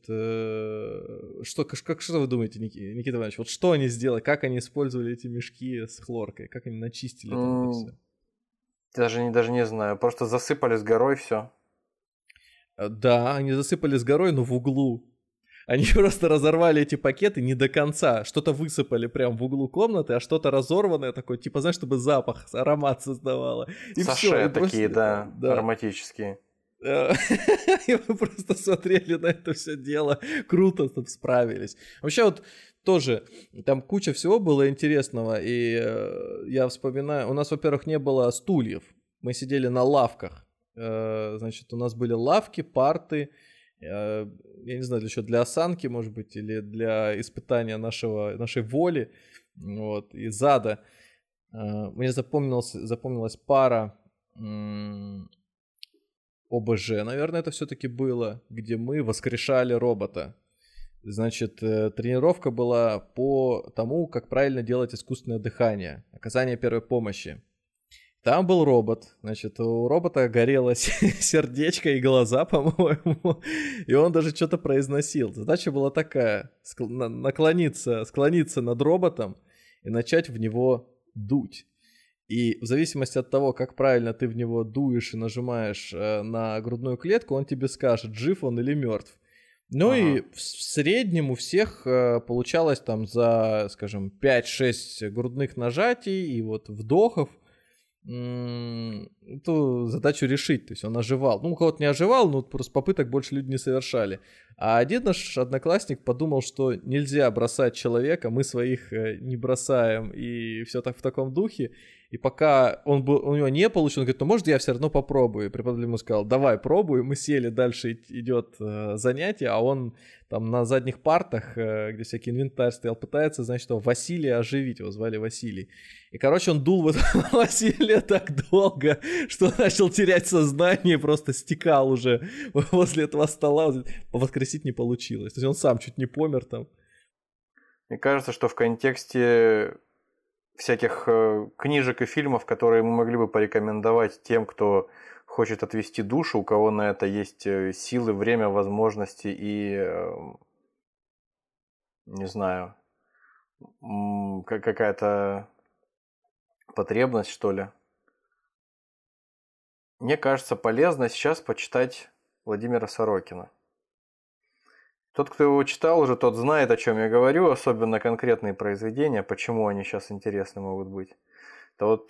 что вы думаете, Никита Иванович, вот что они сделали, как они использовали эти мешки с хлоркой, как они начистили там это все? Даже не знаю, просто засыпали с горой все. Да, они засыпали с горой, но в углу. Они просто разорвали эти пакеты не до конца. Что-то высыпали прям в углу комнаты, а что-то разорванное такое, типа, знаешь, чтобы запах, аромат создавало. И саше все, такие, да, ароматические. И мы просто смотрели на это все дело. Круто там справились. Вообще вот тоже там куча всего было интересного. И я вспоминаю, у нас, во-первых, не было стульев. Мы сидели на лавках. Значит, у нас были лавки, парты. Я не знаю, для осанки, может быть, или для испытания нашей воли, вот, и зада. Мне запомнилась пара ОБЖ, наверное, это все-таки было, где мы воскрешали робота. Значит, тренировка была по тому, как правильно делать искусственное дыхание, оказание первой помощи. Там был робот, значит, у робота горело сердечко и глаза, по-моему, и он даже что-то произносил. Задача была такая, склониться над роботом и начать в него дуть. И в зависимости от того, как правильно ты в него дуешь и нажимаешь на грудную клетку, он тебе скажет, жив он или мертв. Ну и в среднем у всех получалось там за, скажем, 5-6 грудных нажатий и вот вдохов эту задачу решить. То есть он оживал. Ну, у кого-то не оживал, но просто попыток больше люди не совершали. А один наш одноклассник подумал, что нельзя бросать человека, мы своих не бросаем, и все так в таком духе. И пока у него не получилось, он говорит, ну, может, я все равно попробую. И преподаватель ему сказал, давай, пробуй. Мы сели, дальше идет занятие, а он там на задних партах, где всякий инвентарь стоял, пытается, значит, Василия оживить. Его звали Василий. И, короче, он дул в этого Василия так долго, что начал терять сознание, просто стекал уже возле этого стола. Воскресить не получилось. То есть он сам чуть не помер там. Мне кажется, что в контексте всяких книжек и фильмов, которые мы могли бы порекомендовать тем, кто хочет отвести душу, у кого на это есть силы, время, возможности и, не знаю, какая-то потребность, что ли. Мне кажется, полезно сейчас почитать Владимира Сорокина. Тот, кто его читал уже, тот знает, о чем я говорю, особенно конкретные произведения, почему они сейчас интересны могут быть. Это вот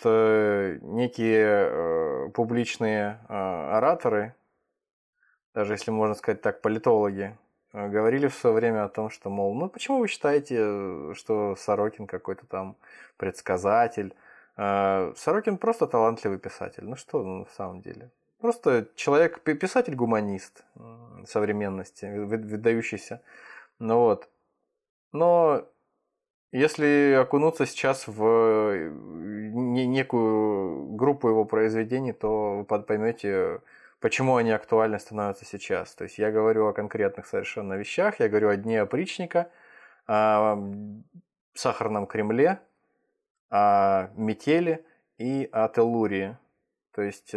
некие публичные ораторы, даже если можно сказать так, политологи, говорили в свое время о том, что, мол, ну почему вы считаете, что Сорокин какой-то там предсказатель? Сорокин просто талантливый писатель. Ну что он на самом деле? Просто человек, писатель-гуманист современности, выдающийся. Ну вот. Но если окунуться сейчас в некую группу его произведений, то вы поймете, почему они актуальны становятся сейчас. То есть я говорю о конкретных совершенно вещах. Я говорю о Дне опричника, о Сахарном Кремле, о метели и о Теллурии. То есть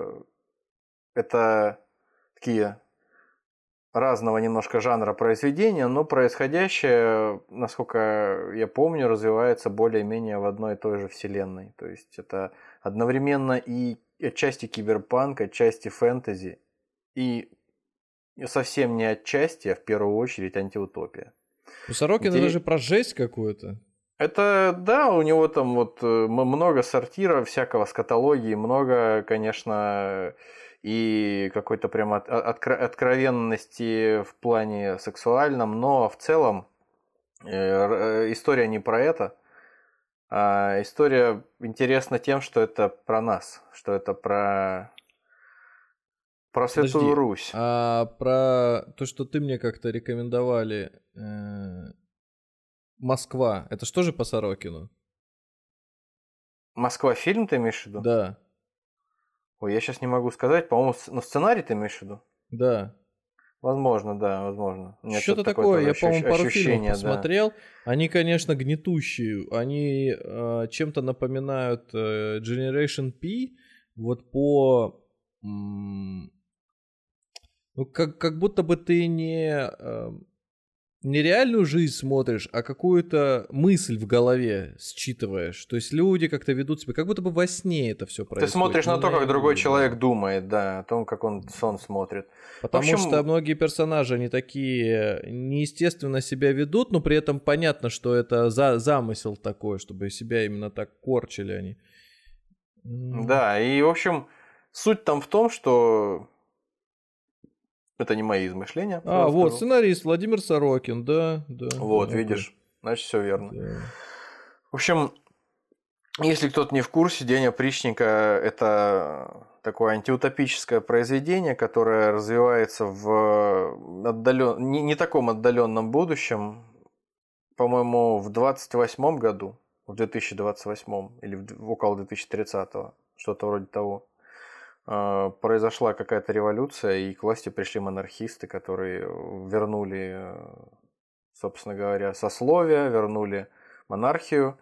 это такие разного немножко жанра произведения, но происходящее, насколько я помню, развивается более-менее в одной и той же вселенной. То есть это одновременно и отчасти киберпанк, отчасти фэнтези, и совсем не отчасти, а в первую очередь антиутопия. У Сорокина даже про жесть какую-то. Это, да, у него там вот много сортира, всякого скатологии, много, конечно, и какой-то прям откровенности в плане сексуальном, но в целом история не про это. А история интересна тем, что это про нас, что это про Про Святую Русь. А про то, что ты мне как-то рекомендовали, Москва, это что же по Сорокину? Москва фильм ты имеешь в виду? Да. Ой, я сейчас не могу сказать. По-моему, сценарий ты имеешь в виду? Да. Возможно, да, возможно. Что-то такое, я, по-моему, пару фильмов посмотрел. Да. Они, конечно, гнетущие. Они чем-то напоминают Generation P. Вот по... Ну, как будто бы ты не реальную жизнь смотришь, а какую-то мысль в голове считываешь. То есть люди как-то ведут себя, как будто бы во сне это все происходит. Ты смотришь на то, как другой человек думает, да, о том, как он сон смотрит. Потому что многие персонажи, они такие неестественно себя ведут, но при этом понятно, что это замысел такой, чтобы себя именно так корчили они. Да, и, в общем, суть там в том, что... Это не мои измышления. Вот, сценарист Владимир Сорокин, да. Вот, да, видишь, значит, все верно. Да. В общем, если кто-то не в курсе, «День опричника» – это такое антиутопическое произведение, которое развивается в не таком отдаленном будущем, по-моему, в 28 году, в 2028 или около 2030-го, что-то вроде того. Произошла какая-то революция, и к власти пришли монархисты, которые вернули, собственно говоря, сословие, вернули монархию,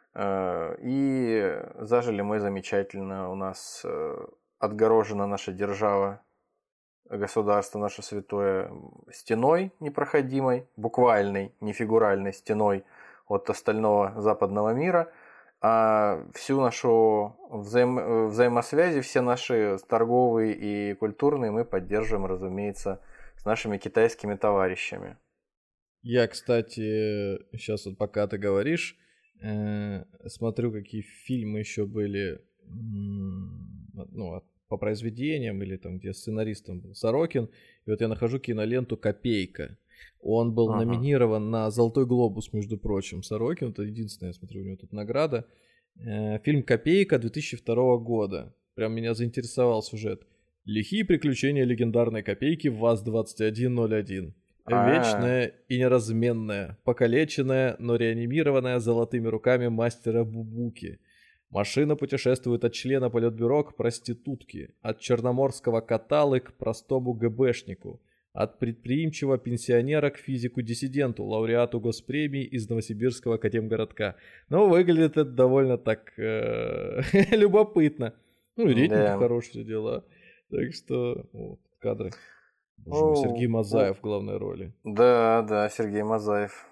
и зажили мы замечательно. У нас отгорожена наша держава, государство наше святое, стеной непроходимой, буквальной, не фигуральной стеной от остального западного мира. А всю нашу взаимосвязи, все наши торговые и культурные мы поддерживаем, разумеется, с нашими китайскими товарищами. Я, кстати, сейчас вот пока ты говоришь, смотрю, какие фильмы еще были, ну, по произведениям или там, где сценаристом был Сорокин. И вот я нахожу киноленту «Копейка». Он был номинирован на «Золотой глобус», между прочим. Сорокин, это единственная, я смотрю, у него тут награда. Фильм «Копейка» 2002 года. Прям меня заинтересовал сюжет. Лихие приключения легендарной Копейки в ВАЗ-2101. Вечная и неразменная, покалеченная, но реанимированная золотыми руками мастера Бубуки. Машина путешествует от члена политбюро к проститутке, от черноморского каталы к простому ГБшнику, от предприимчивого пенсионера к физику-диссиденту, лауреату госпремии из Новосибирского академгородка. Но выглядит это довольно так любопытно. Ну и рейтинги хорошие, все дела. Так что вот, кадры. Сергей Мазаев в главной роли. Да, Сергей Мазаев.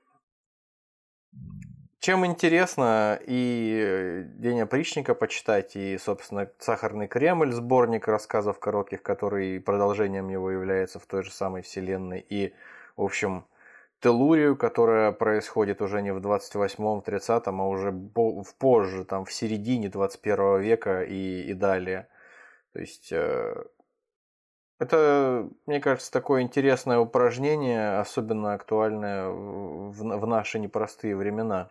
Чем интересно и «День опричника» почитать, и, собственно, «Сахарный Кремль», сборник рассказов коротких, который продолжением его является в той же самой вселенной, и, в общем, «Теллурию», которая происходит уже не в 28-м, 30-м, а уже позже, там, в середине 21 века и далее. То есть... Это, мне кажется, такое интересное упражнение, особенно актуальное в наши непростые времена.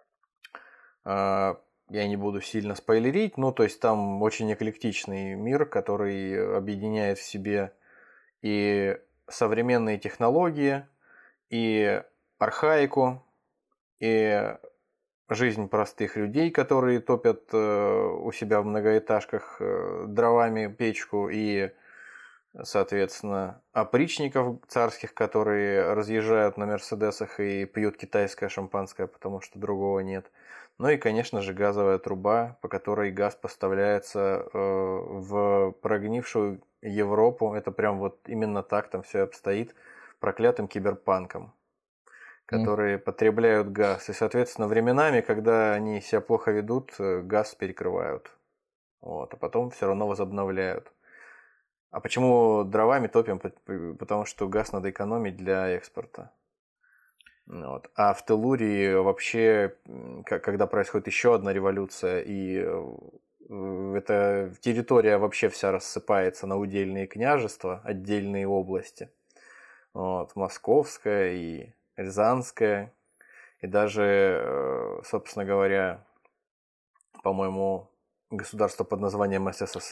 Я не буду сильно спойлерить, то есть там очень эклектичный мир, который объединяет в себе и современные технологии, и архаику, и жизнь простых людей, которые топят у себя в многоэтажках дровами печку, и соответственно, опричников царских, которые разъезжают на мерседесах и пьют китайское шампанское, потому что другого нет. Ну и, конечно же, газовая труба, по которой газ поставляется в прогнившую Европу. Это прям вот именно так там все обстоит, проклятым киберпанком, которые потребляют газ. И, соответственно, временами, когда они себя плохо ведут, газ перекрывают. Вот, а потом все равно возобновляют. А почему дровами топим? Потому что газ надо экономить для экспорта. Вот. А в Теллурии вообще, когда происходит еще одна революция, и эта территория вообще вся рассыпается на удельные княжества, отдельные области. Вот. Московская и Рязанская. И даже, собственно говоря, по-моему, государство под названием СССР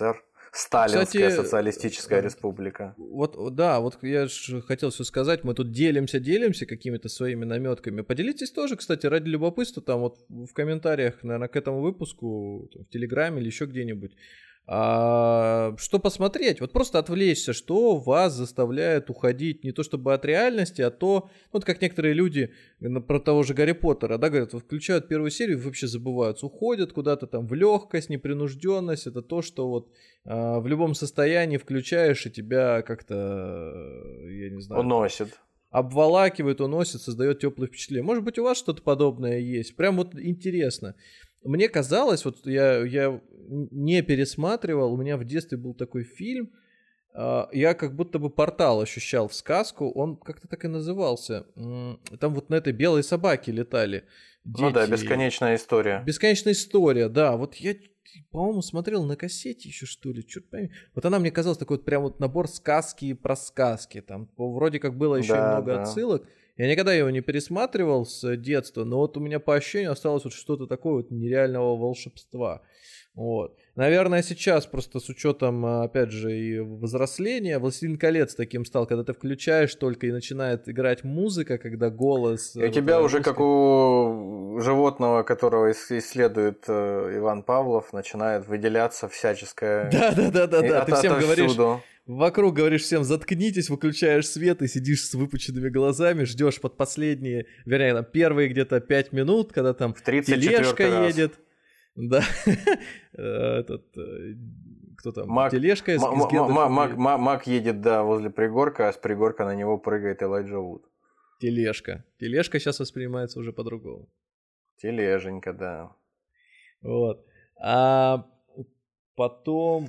сталинская Кстати, социалистическая республика. Вот, да, вот я же хотел все сказать, мы тут делимся какими-то своими наметками. Поделитесь тоже, кстати, ради любопытства, там вот в комментариях, наверное, к этому выпуску, в Телеграме или еще где-нибудь. Что посмотреть, вот просто отвлечься, что вас заставляет уходить не то чтобы от реальности, а то, вот как некоторые люди про того же Гарри Поттера, да, говорят, вот включают первую серию и вообще забываются, уходят куда-то там в легкость, непринужденность, это то, что вот в любом состоянии включаешь и тебя как-то, я не знаю, уносит. Обволакивает, уносит, создает теплое впечатление. Может быть, у вас что-то подобное есть? Прям вот интересно. Мне казалось, вот я не пересматривал, у меня в детстве был такой фильм, я как будто бы портал ощущал в сказку, он как-то так и назывался. Там вот на этой белой собаке летали дети. Ну да, «Бесконечная история». «Бесконечная история», да. Вот я, по-моему, смотрел на кассете еще, что ли, черт пойми. Вот она мне казалась такой вот прям вот набор сказки про сказки. Там вроде как было еще и много отсылок. Я никогда его не пересматривал с детства, но вот у меня по ощущению осталось вот что-то такое вот нереального волшебства. Вот. Наверное, сейчас просто с учетом, опять же, и взросления, «Властелин колец» таким стал, когда ты включаешь только и начинает играть музыка, когда голос... И у тебя уже, как у животного, которого исследует Иван Павлов, начинает выделяться всяческое... Да, ты всем говоришь... Вокруг говоришь всем: заткнитесь, выключаешь свет и сидишь с выпученными глазами, ждешь под последние, вернее, там, первые где-то 5 минут, когда там тележка едет. Да. Кто там? Тележка из Маг едет, да, возле пригорка, а с пригорка на него прыгает Элайджа Вуд. Тележка сейчас воспринимается уже по-другому. Тележенька, да. Вот. А потом...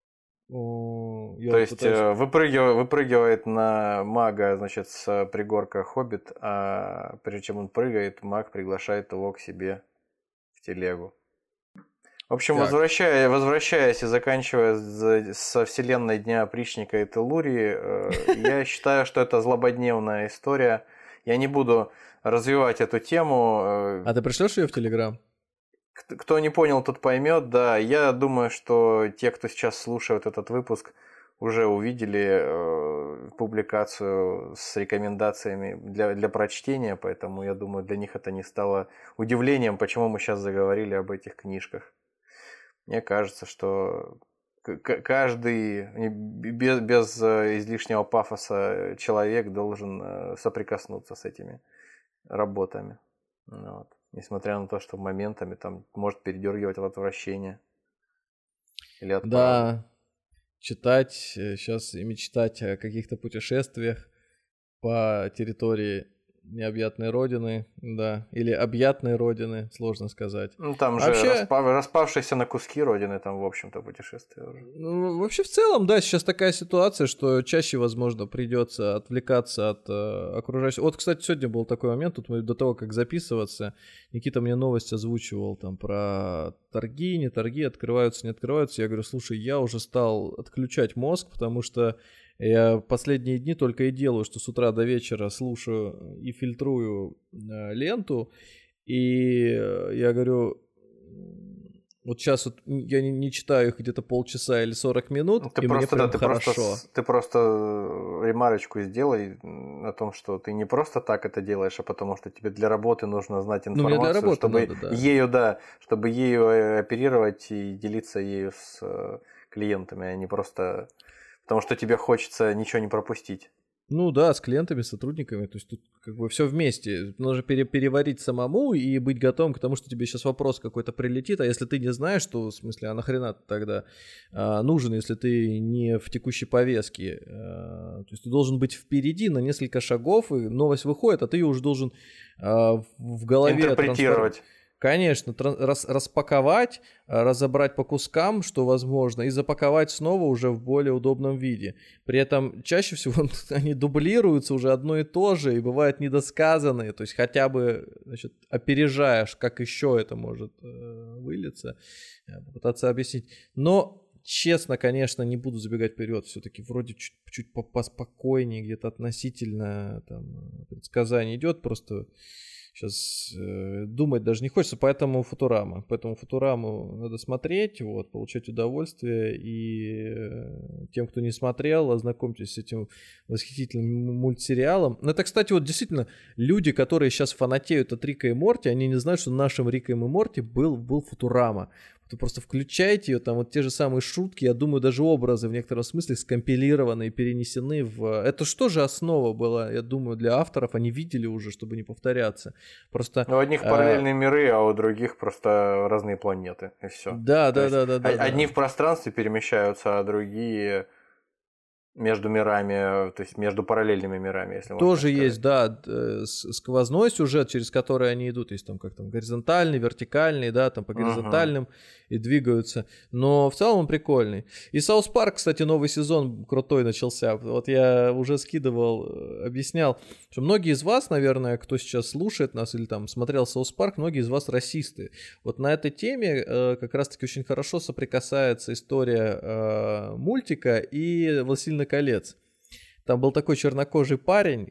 То есть выпрыгивает на мага, значит, с пригорка хоббит, а прежде чем он прыгает, маг приглашает его к себе в телегу. В общем, возвращаясь и заканчивая со вселенной Дня опричника и Теллурии, я считаю, что это злободневная история. Я не буду развивать эту тему. А ты пришлешь ее в Телеграм? Кто не понял, тот поймет, да. Я думаю, что те, кто сейчас слушает этот выпуск, уже увидели публикацию с рекомендациями для прочтения, поэтому я думаю, для них это не стало удивлением, почему мы сейчас заговорили об этих книжках. Мне кажется, что каждый без излишнего пафоса человек должен соприкоснуться с этими работами. Вот. Несмотря на то, что моментами там может передергивать от отвращения. Или от да, читать сейчас и мечтать о каких-то путешествиях по территории необъятной родины, да, или объятной родины, сложно сказать. Ну, там же вообще... распавшиеся на куски родины, там, в общем-то, путешествие уже. Ну, вообще, в целом, да, сейчас такая ситуация, что чаще, возможно, придется отвлекаться от окружающего. Вот, кстати, сегодня был такой момент, тут мы до того, как записываться, Никита мне новость озвучивал там про торги, не торги, открываются, не открываются. Я говорю, слушай, я уже стал отключать мозг, потому что я последние дни только и делаю, что с утра до вечера слушаю и фильтрую ленту. И я говорю, вот сейчас вот я не читаю их где-то полчаса или 40 минут, и мне прям хорошо. Ты просто ремарочку сделай о том, что ты не просто так это делаешь, а потому что тебе для работы нужно знать информацию, чтобы ею оперировать и делиться ею с клиентами, а не просто... Потому что тебе хочется ничего не пропустить. Ну да, с клиентами, с сотрудниками. То есть тут как бы все вместе. Нужно переварить самому и быть готовым к тому, что тебе сейчас вопрос какой-то прилетит. А если ты не знаешь, то в смысле, а нахрена ты тогда нужен, если ты не в текущей повестке? То есть ты должен быть впереди на несколько шагов, и новость выходит, а ты ее уже должен в голове интерпретировать. Конечно, распаковать, разобрать по кускам, что возможно, и запаковать снова уже в более удобном виде. При этом чаще всего они дублируются уже одно и то же, и бывают недосказанные, то есть хотя бы, значит, опережаешь, как еще это может вылиться, попытаться объяснить. Но, честно, конечно, не буду забегать вперед, все-таки вроде чуть поспокойнее, где-то относительно там, предсказание идет, просто... Сейчас думать даже не хочется, поэтому Футураму надо смотреть, вот, получать удовольствие, и тем, кто не смотрел, ознакомьтесь с этим восхитительным мультсериалом. Ну, это, кстати, вот действительно, люди, которые сейчас фанатеют от Рика и Морти, они не знают, что нашим Риком и Морти был Футурама. Вы просто включаете ее, там вот те же самые шутки, я думаю, даже образы в некотором смысле скомпилированы и перенесены в... Это что же основа была, я думаю, для авторов, они видели уже, чтобы не повторяться. Просто... У одних параллельные миры, а у других просто разные планеты, и все. Да. Одни в пространстве перемещаются, а другие... между мирами, то есть между параллельными мирами, если можно тоже есть, да, сквозной сюжет, через который они идут, есть там как там горизонтальный, вертикальный, да, там по горизонтальным и двигаются, но в целом он прикольный. И Саус Парк, кстати, новый сезон крутой начался, вот я уже скидывал, объяснял, что многие из вас, наверное, кто сейчас слушает нас или там смотрел Саус Парк, многие из вас расисты. Вот на этой теме как раз-таки очень хорошо соприкасается история мультика и «Властелина колец». Там был такой чернокожий парень,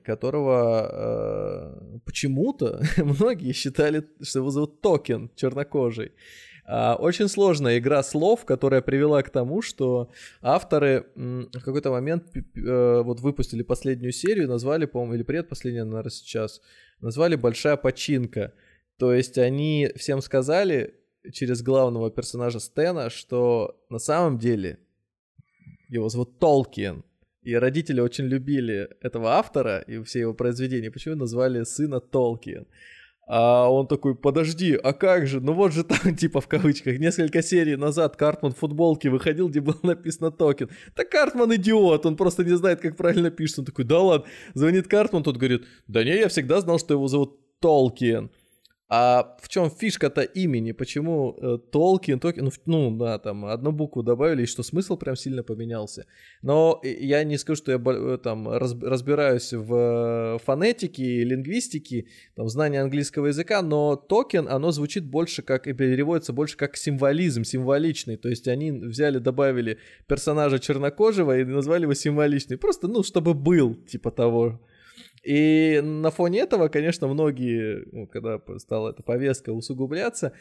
которого почему-то многие считали, что его зовут Токен, чернокожий. Очень сложная игра слов, которая привела к тому, что авторы в какой-то момент вот выпустили последнюю серию, назвали, по-моему, или предпоследняя, наверное, сейчас, назвали «Большая починка». То есть они всем сказали через главного персонажа Стэна, что на самом деле его зовут Толкин. И родители очень любили этого автора и все его произведения. Почему назвали сына Толкин? А он такой: подожди, а как же? Ну вот же там, типа в кавычках, несколько серий назад Картман в футболке выходил, где было написано Толкин. Да Картман идиот, он просто не знает, как правильно пишет. Он такой: да ладно. Звонит Картман, тот говорит: да не, я всегда знал, что его зовут Толкин. А в чем фишка-то имени? Почему Толкин, ну да, там одну букву добавили, и что смысл прям сильно поменялся. Но я не скажу, что я там разбираюсь в фонетике, лингвистике, там, знании английского языка, но токен, оно звучит больше как, и переводится больше как символизм, символичный. То есть они взяли, добавили персонажа чернокожего и назвали его символичный. Просто, ну, чтобы был, типа того. И на фоне этого, конечно, многие, ну, когда стала эта повестка усугубляться,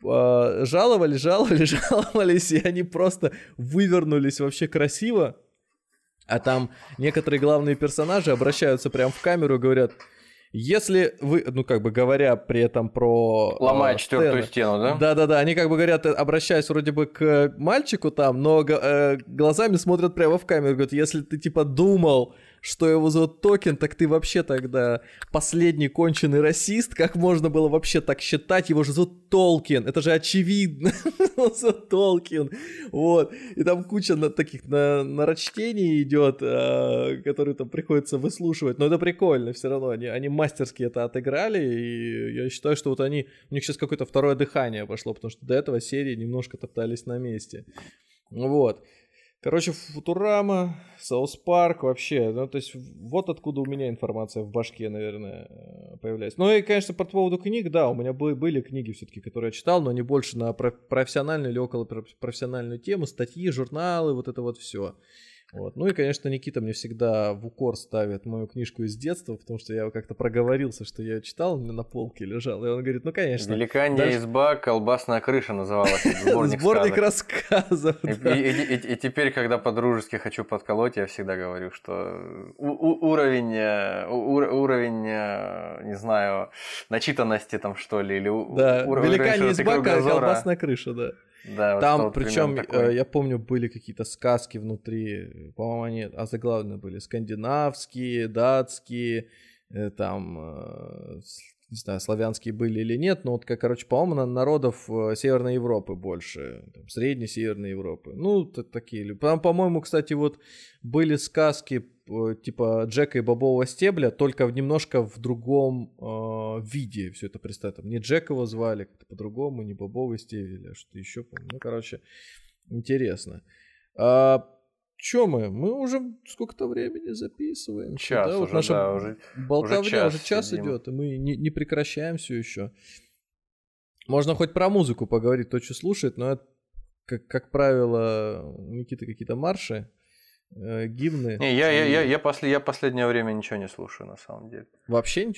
жаловались, и они просто вывернулись вообще красиво. А там некоторые главные персонажи обращаются прямо в камеру и говорят: если вы, ну, как бы говоря при этом про... Ломая четвертую стену, да? Да-да-да, они как бы говорят, обращаясь вроде бы к мальчику там, но глазами смотрят прямо в камеру, говорят: если ты типа думал, что его зовут Токен, так ты вообще тогда последний конченый расист. Как можно было вообще так считать? Его же зовут Толкин. Это же очевидно. Его зовут Толкин. Вот. И там куча таких нарочтений идет, которые там приходится выслушивать. Но это прикольно все равно. Они мастерски это отыграли. И я считаю, что вот у них сейчас какое-то второе дыхание пошло, потому что до этого серии немножко топтались на месте. Вот. Короче, Футурама, Саус Парк вообще, ну, то есть вот откуда у меня информация в башке, наверное, появляется. Ну и, конечно, по поводу книг, да, у меня были книги все-таки, которые я читал, но они больше на профессиональную или около профессиональную тему, статьи, журналы, вот это вот все. Вот. Ну и, конечно, Никита мне всегда в укор ставит мою книжку из детства, потому что я как-то проговорился, что я читал, у меня на полке лежал, и он говорит: ну, конечно. «Великанья изба, колбасная крыша» называлась. Сборник рассказов. И теперь, когда по-дружески хочу подколоть, я всегда говорю, что уровень, не знаю, начитанности там, что ли, или уровень «Великанья изба, колбасная крыша», да. Да, там, вот причем, я помню, были какие-то сказки внутри, по-моему, они озаглавлены были: скандинавские, датские, там, не знаю, славянские были или нет, но вот, короче, по-моему, народов Северной Европы больше, там, Средней Северной Европы, ну, такие. Там, по-моему, кстати, вот были сказки типа Джека и бобового стебля, только немножко в другом виде все это представить. Там не Джек его звали, как-то по-другому, не бобовый стебель, а что-то еще, помню. Ну, короче, интересно. Чё мы уже сколько-то времени записываем? Час, да? Вот уже, наша да, уже болтовня уже час идет, и мы не прекращаем все еще. Можно хоть про музыку поговорить, то, что слушает, но это, как правило, у Никиты какие-то марши, гимны. Не, я последнее время ничего не слушаю, на самом деле. Вообще ничего?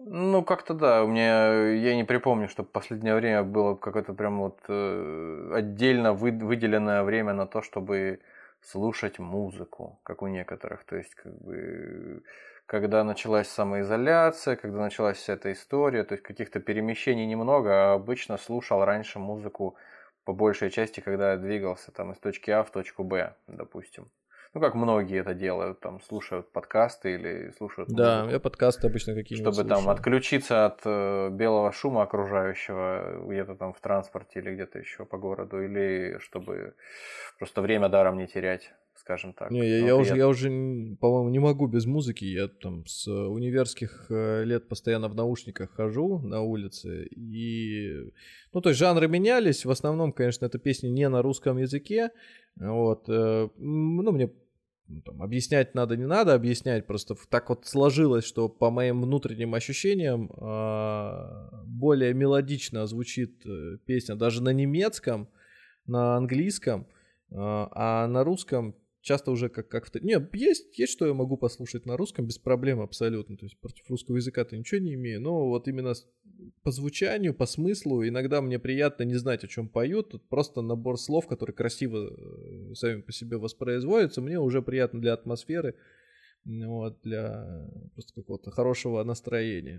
Ну, как-то да, я не припомню, чтобы в последнее время было какое-то прям вот отдельно выделенное время на то, чтобы слушать музыку, как у некоторых. То есть, как бы, когда началась самоизоляция, когда началась вся эта история, то есть каких-то перемещений немного, а обычно слушал раньше музыку по большей части, когда я двигался там из точки А в точку Б, допустим. Ну, как многие это делают, там, слушают подкасты или слушают музыку. Да, я подкасты обычно какие-нибудь Чтобы слушаю. там отключиться от белого шума окружающего где-то там в транспорте или где-то еще по городу, или чтобы просто время даром не терять, скажем так. Не, я уже, по-моему, не могу без музыки. Я там с универских лет постоянно в наушниках хожу на улице. И, ну, то есть жанры менялись. В основном, конечно, это песни не на русском языке. Вот. Ну, мне там, объяснять надо, не надо объяснять. Просто так вот сложилось, что по моим внутренним ощущениям более мелодично звучит песня даже на немецком, на английском, а на русском часто уже как-то... Не, есть что я могу послушать на русском без проблем абсолютно. То есть против русского языка-то ничего не имею. Но вот именно по звучанию, по смыслу иногда мне приятно не знать, о чем поют. Тут просто набор слов, которые красиво сами по себе воспроизводятся. Мне уже приятно для атмосферы, вот, для просто какого-то хорошего настроения.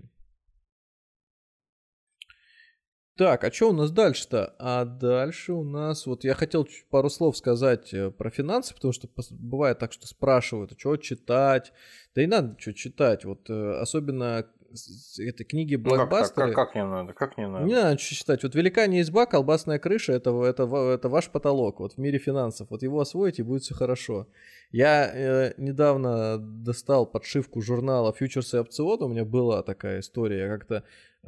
Так, а что у нас дальше-то? А дальше у нас... Вот я хотел пару слов сказать про финансы, потому что бывает так, что спрашивают, а что читать? Да и надо что читать. Вот особенно этой книги блокбастеры. Как не надо? Как не надо? Не надо что читать. Вот «Велика не изба, колбасная крыша» это ваш потолок вот в мире финансов. Вот его освоите, и будет все хорошо. Я недавно достал подшивку журнала «Фьючерсы и опционы». У меня была такая история. Я как-то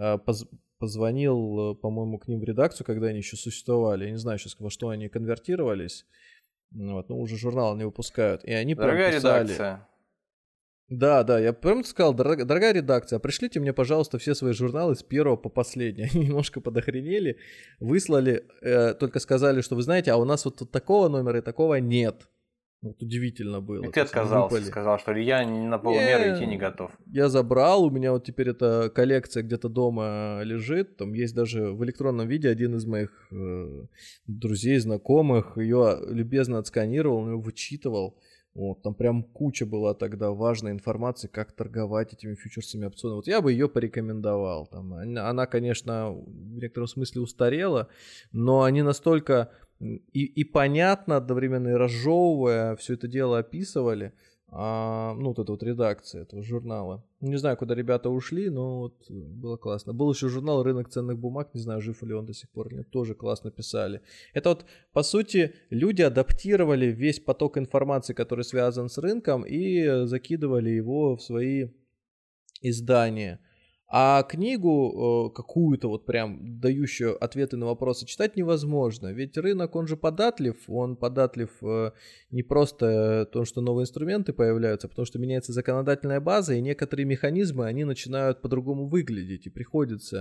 позвонил, по-моему, к ним в редакцию, когда они еще существовали. Я не знаю сейчас, во что они конвертировались. Вот, но уже журнал не выпускают. И они дорогая прям писали... редакция. Да, я прям сказал, дорогая редакция, пришлите мне, пожалуйста, все свои журналы с первого по последний. Они немножко подохренели, выслали, только сказали, что вы знаете, а у нас вот такого номера и такого нет. Вот удивительно было. И ты отказался, сказал, что я на полумеры идти не готов. Я забрал, у меня вот теперь эта коллекция где-то дома лежит, там есть даже в электронном виде один из моих друзей, знакомых, ее любезно отсканировал, он ее вычитывал. Вот, там прям куча была тогда важной информации, как торговать этими фьючерсами опционами. Вот я бы ее порекомендовал. Там, она, конечно, в некотором смысле устарела, но они настолько и понятно, одновременно и разжевывая, все это дело описывали. Ну, вот эта вот редакция этого журнала. Не знаю, куда ребята ушли, но вот было классно. Был еще журнал «Рынок ценных бумаг», не знаю, жив ли он до сих пор или нет, тоже классно писали. Это вот, по сути, люди адаптировали весь поток информации, который связан с рынком, и закидывали его в свои издания. А книгу какую-то вот прям дающую ответы на вопросы читать невозможно. Ведь рынок, он же податлив. Он податлив не просто то, что новые инструменты появляются, а потому что меняется законодательная база, и некоторые механизмы, они начинают по-другому выглядеть. И приходится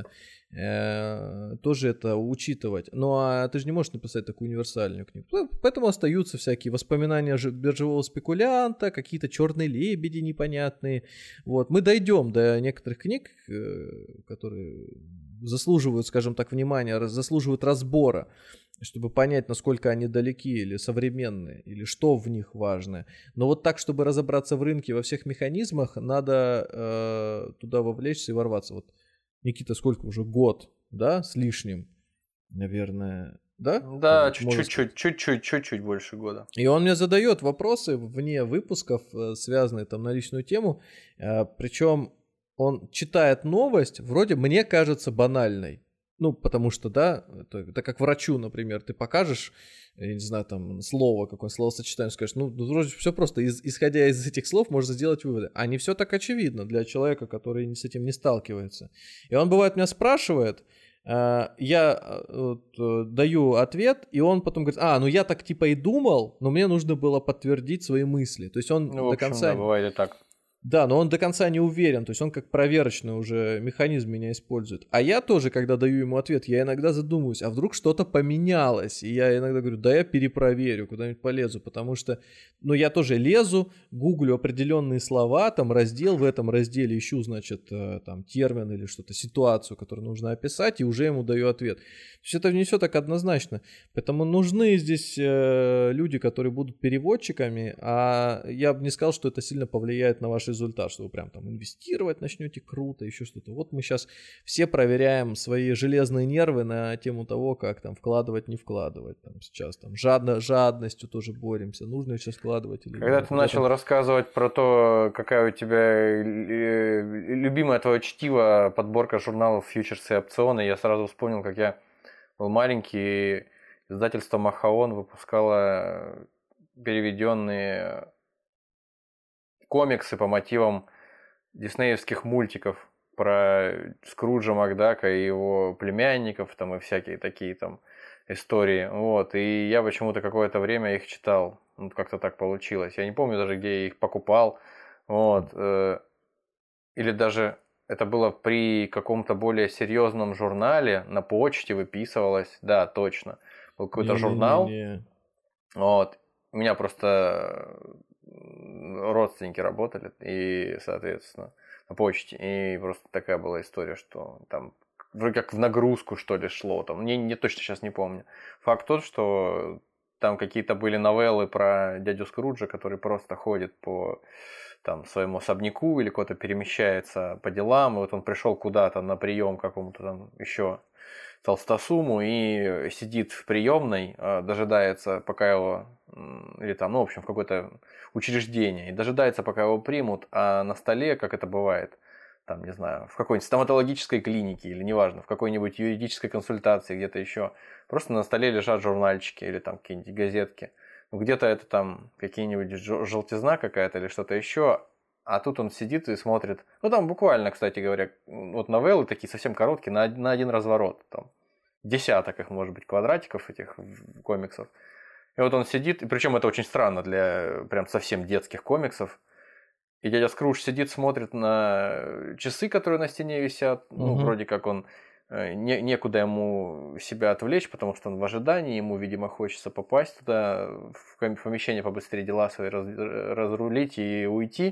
тоже это учитывать. Ну а ты же не можешь написать такую универсальную книгу. Поэтому остаются всякие воспоминания биржевого спекулянта, какие-то черные лебеди непонятные. Вот. Мы дойдем до некоторых книг, которые заслуживают, скажем так, внимания, заслуживают разбора, чтобы понять, насколько они далеки или современные, или что в них важное. Но вот так, чтобы разобраться в рынке, во всех механизмах, надо туда вовлечься и ворваться. Вот, Никита, сколько уже? Год, да, с лишним, наверное, да? Да, чуть-чуть больше года. И он мне задает вопросы вне выпусков, связанные там на личную тему, причем он читает новость, вроде мне кажется банальной. Ну, потому что, да, это как врачу, например, ты покажешь, я не знаю, там, какое словосочетание, скажешь, ну, вроде все просто, исходя из этих слов, можно сделать выводы. А не все так очевидно для человека, который с этим не сталкивается. И он, бывает, меня спрашивает, я даю ответ, и он потом говорит, ну я так типа и думал, но мне нужно было подтвердить свои мысли. То есть он до конца... Да, бывает и так. Да, но он до конца не уверен, то есть он как проверочный уже механизм меня использует. А я тоже, когда даю ему ответ, я иногда задумываюсь, а вдруг что-то поменялось? И я иногда говорю, да я перепроверю, куда-нибудь полезу, потому что, ну, я тоже лезу, гуглю определенные слова, там раздел, в этом разделе ищу, значит, там термин или что-то, ситуацию, которую нужно описать, и уже ему даю ответ. То есть это не все так однозначно. Поэтому нужны здесь люди, которые будут переводчиками, а я бы не сказал, что это сильно повлияет на ваш результат, что вы прям там инвестировать начнете круто, еще что-то. Вот мы сейчас все проверяем свои железные нервы на тему того, как там вкладывать, не вкладывать. Там сейчас там жадностью тоже боремся, нужно ли сейчас вкладывать или нет. Когда ты начал рассказывать про то, какая у тебя любимое твое чтиво, подборка журналов «Фьючерсы и опционы», я сразу вспомнил, как я был маленький, издательство «Махаон» выпускало переведенные комиксы по мотивам диснеевских мультиков про Скруджа Макдака и его племянников, там, и всякие такие там истории. Вот. И я почему-то какое-то время их читал. Ну, как-то так получилось. Я не помню даже, где я их покупал. Вот. Или даже это было при каком-то более серьезном журнале, на почте выписывалось. Да, точно. Был какой-то журнал. Вот. У меня просто родственники работали, и, соответственно, на почте. И просто такая была история, что там вроде как в нагрузку, что ли, шло. Там, не точно сейчас не помню. Факт тот, что там какие-то были новеллы про дядю Скруджа, который просто ходит по там, своему особняку или куда-то перемещается по делам. И вот он пришел куда-то на прием к какому-то там еще толстосуму и сидит в приемной, дожидается, пока его, или там, ну, в общем, в какое-то учреждение, и дожидается, пока его примут, а на столе, как это бывает, там, не знаю, в какой-нибудь стоматологической клинике или, неважно, в какой-нибудь юридической консультации, где-то еще, просто на столе лежат журнальчики или там какие-нибудь газетки. Ну, где-то это там какие-нибудь желтизна какая-то или что-то еще, а тут он сидит и смотрит. Ну, там буквально, кстати говоря, вот новеллы такие совсем короткие, на один разворот. Там десяток их, может быть, квадратиков этих комиксов. И вот он сидит, и причем это очень странно для прям совсем детских комиксов. И дядя Скрудж сидит, смотрит на часы, которые на стене висят. Ну, вроде как он некуда ему себя отвлечь, потому что он в ожидании, ему, видимо, хочется попасть туда, в помещение, побыстрее дела свои разрулить и уйти.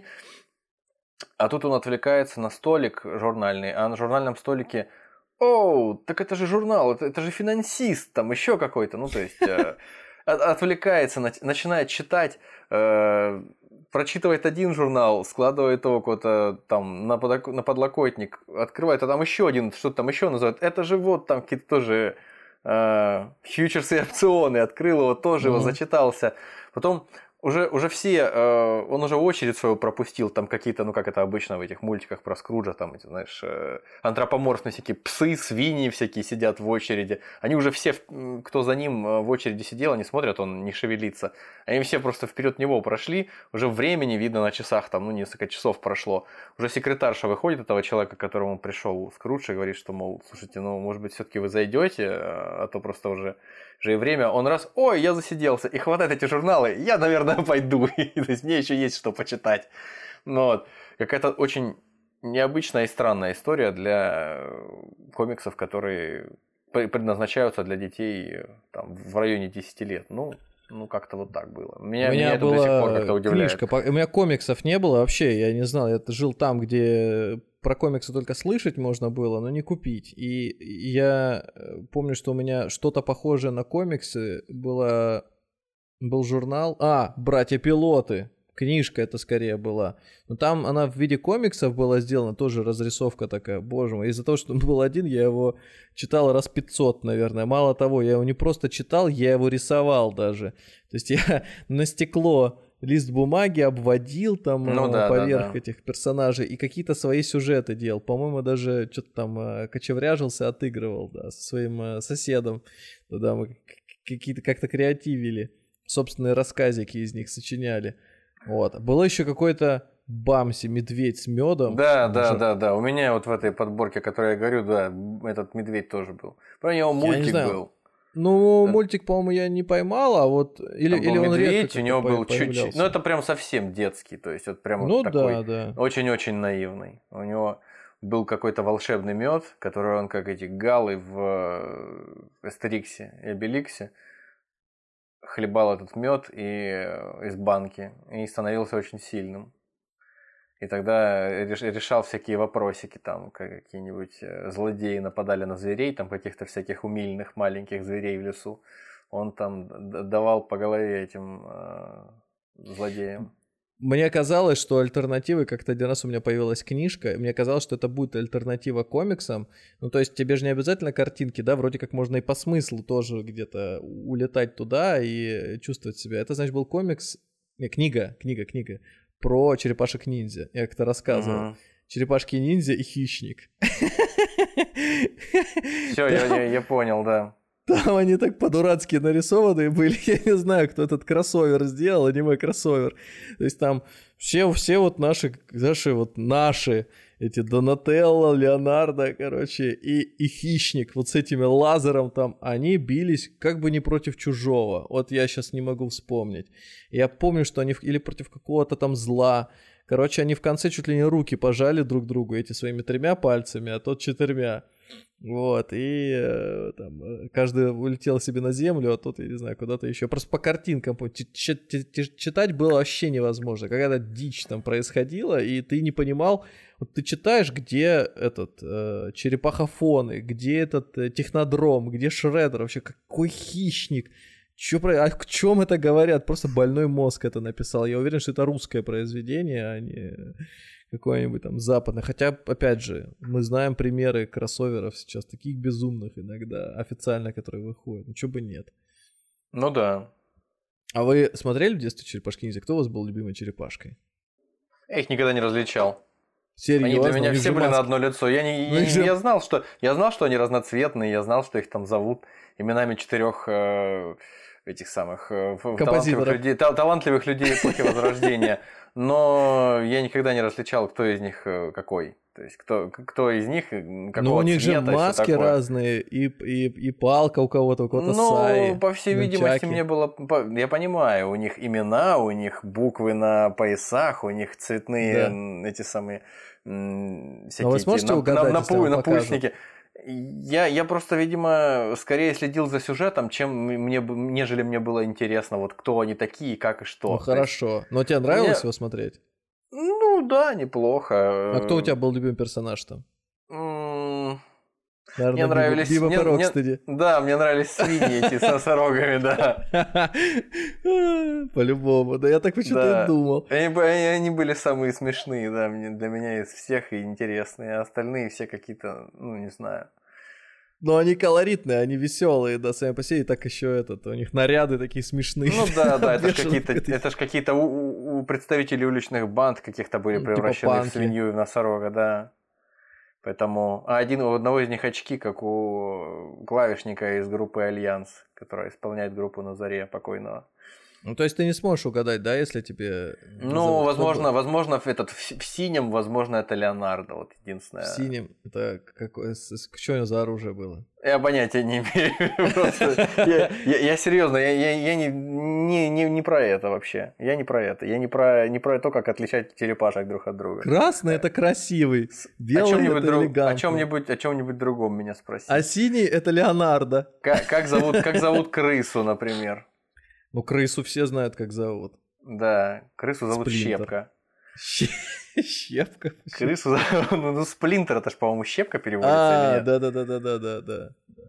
А тут он отвлекается на столик журнальный, а на журнальном столике: «Оу, так это же журнал, это же финансист, там еще какой-то». Ну, то есть отвлекается, начинает читать, прочитывает один журнал, складывает его куда-то там на подлокотник, открывает, а там еще один, что-то там еще называют. Это же вот там какие-то тоже фьючерсы и опционы, открыл его, тоже его зачитался. Потом уже все, он уже очередь свою пропустил, там какие-то, ну как это обычно в этих мультиках про Скруджа, там эти, знаешь, антропоморфные всякие псы, свиньи всякие сидят в очереди. Они уже все, кто за ним в очереди сидел, они смотрят, он не шевелится. Они все просто вперед него прошли, уже времени видно на часах, там, ну несколько часов прошло. Уже секретарша выходит этого человека, к которому пришел Скрудж, и говорит, что, мол, слушайте, ну может быть все-таки вы зайдете, а то просто уже и время. Он раз: ой, я засиделся, и хватает эти журналы, я, наверное, пойду. То есть мне еще есть что почитать. Ну, вот. Какая-то очень необычная и странная история для комиксов, которые предназначаются для детей там, в районе 10 лет. Ну, как-то вот так было. Меня это до сих пор как-то удивляет. Книжка, у меня комиксов не было вообще, я не знал, я жил там, где про комиксы только слышать можно было, но не купить. И я помню, что у меня что-то похожее на комиксы был журнал. «Братья-пилоты». Книжка это скорее была. Но там она в виде комиксов была сделана, тоже разрисовка такая, боже мой. Из-за того, что он был один, я его читал раз 500, наверное. Мало того, я его не просто читал, я его рисовал даже. То есть я на стекло лист бумаги обводил там поверх этих персонажей и какие-то свои сюжеты делал. По-моему, даже что-то там кочевряжился, отыгрывал, да, со своим соседом. Туда мы как-то креативили. Собственные рассказики из них сочиняли. Вот. Было еще какой-то Бамси, медведь с медом. Да. У меня вот в этой подборке, о которой я говорю, да, этот медведь тоже был. Про него мультик был. Ну, мультик, по-моему, я не поймал, а вот... Или он медведь, редко у него был появлялся. чуть-чуть... Ну, это прям совсем детский, то есть вот прям ну, вот такой да. очень-очень наивный. У него был какой-то волшебный мед, который он, как эти галы в Астериксе и Обеликсе, хлебал этот мед из банки и становился очень сильным. И тогда решал всякие вопросики, там какие-нибудь злодеи нападали на зверей, там каких-то всяких умильных маленьких зверей в лесу. Он там давал по голове этим злодеям. Мне казалось, что альтернативой, как-то один раз у меня появилась книжка, мне казалось, что это будет альтернатива комиксам. Ну, то есть тебе же не обязательно картинки, да, вроде как можно и по смыслу тоже где-то улетать туда и чувствовать себя. Это, значит, был комикс, книга про черепашек-ниндзя. Я как-то рассказывал. Черепашки-ниндзя и хищник. Все, я понял, да. Там они так по-дурацки нарисованные были. Я не знаю, кто этот кроссовер сделал, аниме-кроссовер. То есть там все вот наши эти Донателло, Леонардо, короче, и хищник вот с этими лазером там, они бились как бы не против чужого. Вот я сейчас не могу вспомнить. Я помню, что они или против какого-то там зла. Короче, они в конце чуть ли не руки пожали друг другу, эти своими 3 пальцами, а тот 4. Вот, и там каждый улетел себе на землю, а тот, я не знаю, куда-то еще. Просто по картинкам читать было вообще невозможно. Какая-то дичь там происходила, и ты не понимал. Вот ты читаешь, где этот черепахофоны, где этот технодром, где Шреддер, вообще какой хищник. О чем это говорят? Просто больной мозг это написал. Я уверен, что это русское произведение, а не какое-нибудь там западное. Хотя, опять же, мы знаем примеры кроссоверов сейчас, таких безумных иногда, официально, которые выходят. Ну, чё бы нет. Ну да. А вы смотрели в детстве «Черепашки-ниндзя»? Кто у вас был любимой черепашкой? Я их никогда не различал. Серьезно? Они для меня все были на одно лицо. Я знал, что они разноцветные, я знал, что их там зовут именами 4 этих самых талантливых людей эпохи Возрождения. Но я никогда не различал, кто из них какой. То есть, кто из них какого Ну, у них цвета, же маски разные, и палка у кого-то саи. Ну, по всей видимости, мне было... Я понимаю, у них имена, у них буквы на поясах, у них цветные эти самые всякие напульсники. Я просто, видимо, скорее следил за сюжетом, нежели мне было интересно, вот кто они такие, как и что. Ну, хорошо. Но тебе нравилось его смотреть? Ну, да, неплохо. А кто у тебя был любимый персонаж там? Наверное, мне нравились... Да, мне нравились свиньи эти с носорогами, да. По-любому, да, я так почему-то и думал. Они были самые смешные, да, для меня из всех и интересные, а остальные все какие-то, ну, не знаю. Но они колоритные, они веселые, да, сами по себе, и так еще у них наряды такие смешные. Ну да, это ж какие-то у представителей уличных банд каких-то были превращены в свинью и в носорога, да. Поэтому... у одного из них очки, как у клавишника из группы «Альянс», которая исполняет группу на заре покойного. Ну, то есть ты не сможешь угадать, да, если тебе... Ну, возможно, в синем, возможно, это Леонардо, вот единственное. В синем? Это какое... Что у него за оружие было? Я понятия не имею. Я серьезно, я не про это вообще. Я не про это. Я не про то, как отличать черепашек друг от друга. Красный — это красивый. Белый — это элегантный. О чем-нибудь другом меня спроси. А синий — это Леонардо. Как зовут крысу, например? Ну, крысу все знают, как зовут. Да, крысу зовут Щепка. Щепка? Крысу зовут... Ну, Сплинтер, это ж, по-моему, Щепка переводится. Да.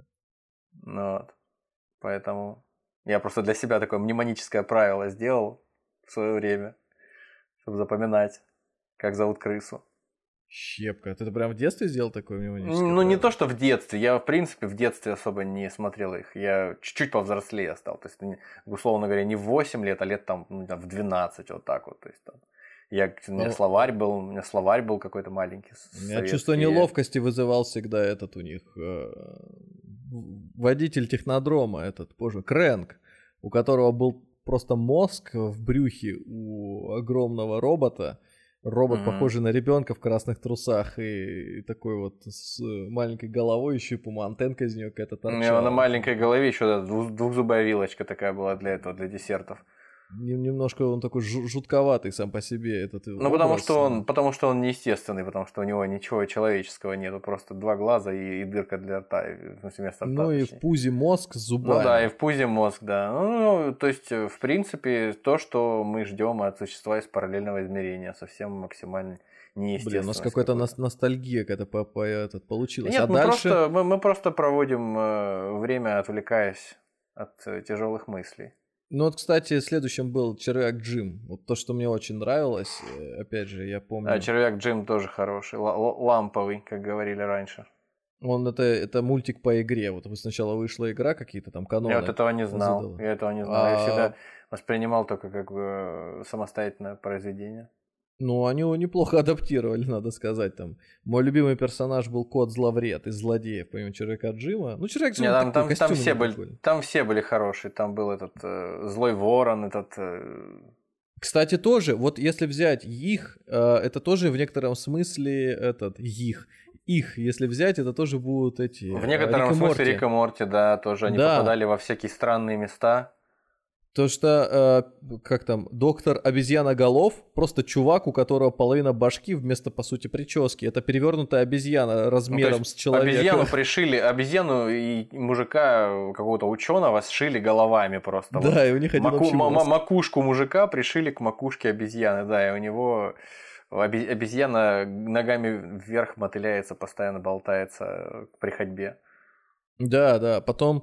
Ну вот. Поэтому я просто для себя такое мнемоническое правило сделал в свое время, чтобы запоминать, как зовут крысу. Щепка. Ты прям в детстве сделал такое мнемоническое правило? Ну, не то, что в детстве. Я, в принципе, в детстве особо не смотрел их. Я чуть-чуть повзрослее стал. То есть, условно говоря, не в 8 лет, а лет там, в 12, вот так вот. То есть, там, у меня словарь был какой-то маленький. У меня чувство неловкости вызывал всегда этот у них водитель технодрома, позже Крэнк, у которого был просто мозг в брюхе у огромного робота. робот, похожий на ребенка в красных трусах и такой вот с маленькой головой, еще и, по-моему, антенка из нее какая-то торчала. У него на маленькой голове еще двухзубая вилочка такая была для этого, для десертов. Немножко он такой жутковатый сам по себе этот образ. Потому что он неестественный, потому что у него ничего человеческого нету, просто два глаза и дырка для рта, вместо рта. Ну и в пузе мозг с зубами. Ну да, и в пузе мозг, да. Ну, то есть, в принципе, то, что мы ждем от существа из параллельного измерения, совсем максимально неестественно. Блин, у нас какая-то ностальгия какая-то получилась. Нет, а дальше... мы просто проводим время, отвлекаясь от тяжелых мыслей. Ну вот, кстати, следующим был Червяк Джим. Вот то, что мне очень нравилось, опять же, я помню. А Червяк Джим тоже хороший, ламповый, как говорили раньше. Он это мультик по игре. Вот сначала вышла игра, какие-то там каноны. Я вот этого не знал. Я всегда воспринимал только как самостоятельное произведение. Ну, они его неплохо адаптировали, надо сказать. Там мой любимый персонаж был Кот Зловред из «Злодеев», помимо Червяка Джима. Ну, Червяк Джим там все были хорошие. Там был этот Злой Ворон, Кстати, тоже, вот если взять их, это тоже в некотором смысле их, если взять, это тоже будут эти... В некотором смысле Рик и Морти, да, тоже они попадали во всякие странные места. То, что, как там, доктор Обезьяноголов, просто чувак, у которого половина башки вместо, по сути, прически. Это перевернутая обезьяна размером с человека. Обезьяну и мужика, какого-то ученого, сшили головами просто. Да, вот. И у них один общий мозг. Макушку мужика пришили к макушке обезьяны, да, и у него обезьяна ногами вверх мотыляется, постоянно болтается при ходьбе. Да, потом...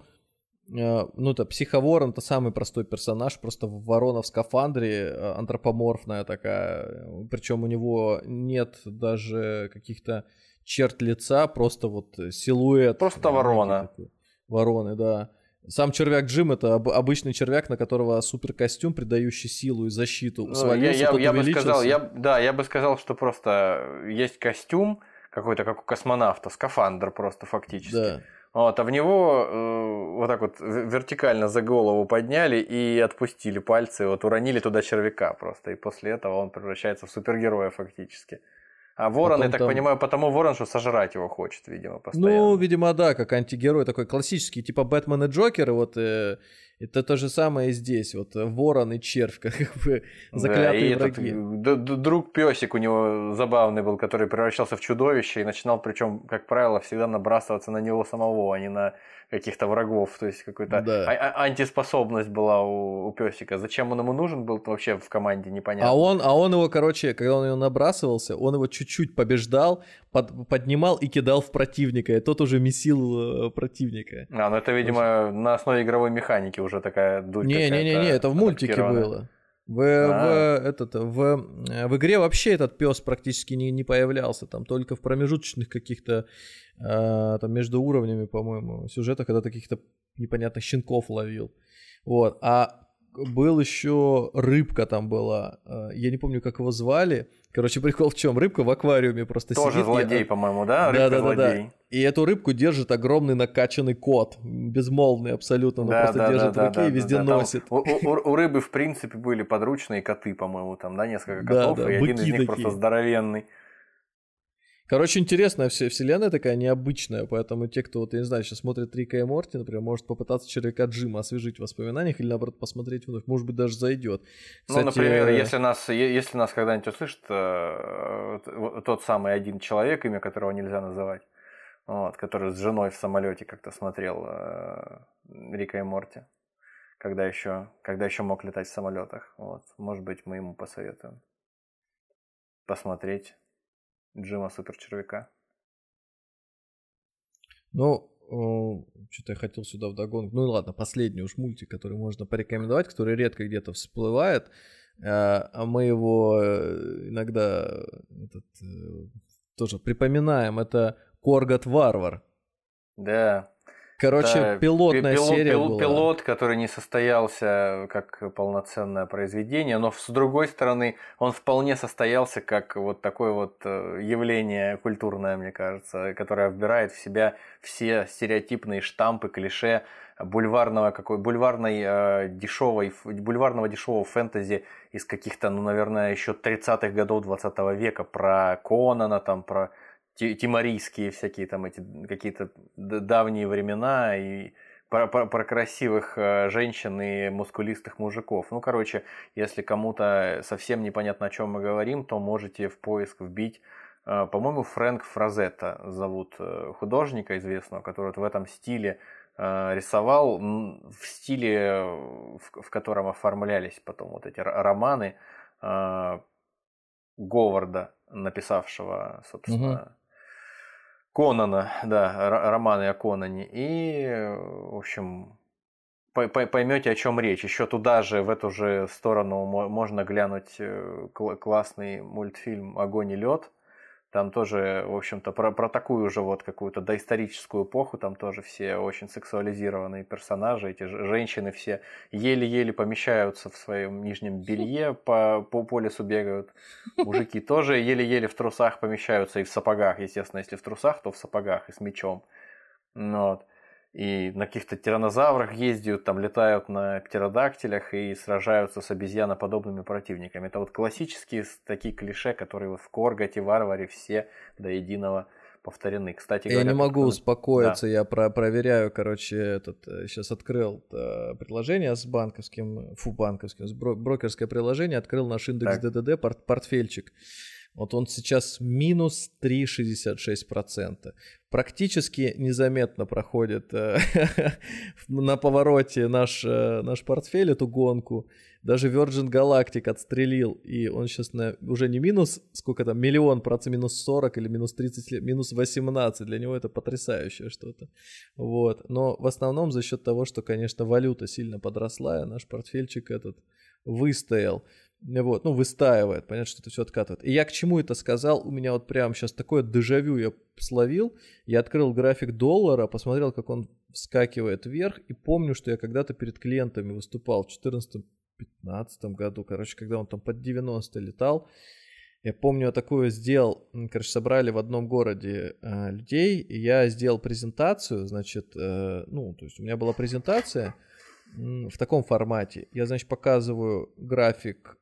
Ну, это Психоворон, это самый простой персонаж, просто ворона в скафандре, антропоморфная такая, причем у него нет даже каких-то черт лица, просто вот силуэт. Просто ворона. Вороны, да. Сам Червяк Джим — это обычный червяк, на которого суперкостюм, придающий силу и защиту. Свалился, тот увеличился. Я бы сказал, что просто есть костюм какой-то, как у космонавта, скафандр просто фактически. Да. Вот, а в него вот так вот вертикально за голову подняли и отпустили пальцы, вот уронили туда червяка просто. И после этого он превращается в супергероя фактически. А ворон, я так понимаю, потому ворон, что сожрать его хочет, видимо, постоянно. Ну, видимо, да, как антигерой такой классический, типа Бэтмен и Джокер, вот это то же самое и здесь, вот ворон и червь, как бы заклятые враги. Друг-песик у него забавный был, который превращался в чудовище и начинал, причем, как правило, всегда набрасываться на него самого, а не на каких-то врагов, то есть какая-то антиспособность была у песика. Зачем он ему нужен был вообще в команде, непонятно. А он его, короче, когда он его набрасывался, он его чуть-чуть побеждал, поднимал и кидал в противника, и тот уже месил противника. Ну это, видимо, на основе игровой механики уже такая дурь. Не, это в мультике было. В игре вообще этот пес практически не появлялся, там только в промежуточных каких-то там между уровнями, по-моему, сюжетах, когда каких-то непонятных щенков ловил. Вот. А был еще рыбка там была, я не помню, как его звали. Короче, прикол в чем? Рыбка в аквариуме просто тоже сидит. Тоже злодей, по-моему, да? Да. И эту рыбку держит огромный накачанный кот, безмолвный абсолютно, но просто держит в руке и везде носит. У рыбы, в принципе, были подручные коты, по-моему, там, да, несколько котов, и один из них просто здоровенный. Короче, интересная вселенная такая, необычная, поэтому те, кто, вот, я не знаю, сейчас смотрит Рика и Морти, например, может попытаться Червяка Джима освежить в воспоминаниях или, наоборот, посмотреть вновь, может быть, даже зайдет. Кстати, ну, например, если нас когда-нибудь услышит тот самый один человек, имя которого нельзя называть, вот, который с женой в самолете как-то смотрел Рика и Морти, когда еще мог летать в самолетах, вот, может быть, мы ему посоветуем посмотреть Джима Суперчервяка. Ну, что-то я хотел сюда вдогонку. Ну ладно, последний уж мультик, который можно порекомендовать, который редко где-то всплывает. А мы его иногда тоже припоминаем. Это Коргот Варвар. Да. Короче, пилотная серия была. Пилот, который не состоялся как полноценное произведение, но с другой стороны, он вполне состоялся как вот такое вот явление культурное, мне кажется, которое вбирает в себя все стереотипные штампы, клише бульварного дешевого фэнтези из каких-то, ну, наверное, еще 30-х годов 20 века, про Конана, там, про тиморийские всякие там эти какие-то давние времена и про красивых женщин и мускулистых мужиков. Ну, короче, если кому-то совсем непонятно, о чем мы говорим, то можете в поиск вбить. По-моему, Фрэнк Фразетта зовут художника известного, который вот в этом стиле рисовал, в стиле, в котором оформлялись потом вот эти романы Говарда, написавшего, собственно, Конана, да, романы о Конане. И, в общем, поймете, о чем речь. Еще туда же, в эту же сторону можно глянуть классный мультфильм «Огонь и лед». Там тоже, в общем-то, про такую же вот какую-то доисторическую эпоху, там тоже все очень сексуализированные персонажи, эти женщины все еле-еле помещаются в своем нижнем белье, по лесу бегают, мужики тоже еле-еле в трусах помещаются и в сапогах, естественно, если в трусах, то в сапогах и с мечом, вот. И на каких-то тираннозаврах ездят, там летают на птеродактилях и сражаются с обезьяноподобными противниками. Это вот классические такие клише, которые вот в Корготе, Варваре все до единого повторены. Кстати говоря, я не могу успокоиться, да. Я проверяю, короче, сейчас открыл приложение с брокерское приложение, открыл наш индекс ДДД, портфельчик. Вот он сейчас минус 3,66%. Практически незаметно проходит на повороте наш портфель, эту гонку. Даже Virgin Galactic отстрелил, и он сейчас уже не минус, сколько там, миллион процентов, минус 40 или минус 30, минус 18. Для него это потрясающее что-то. Вот. Но в основном за счет того, что, конечно, валюта сильно подросла, и наш портфельчик этот выстоял. Вот, выстаивает, понятно, что это все откатывает. И я к чему это сказал? У меня вот прямо сейчас такое дежавю я словил. Я открыл график доллара, посмотрел, как он вскакивает вверх, и помню, что я когда-то перед клиентами выступал в 2014-2015 году, короче, когда он там под 90 летал. Я помню, я такое сделал, короче, собрали в одном городе людей, и я сделал презентацию, значит, то есть у меня была презентация в таком формате. Я, значит, показываю график,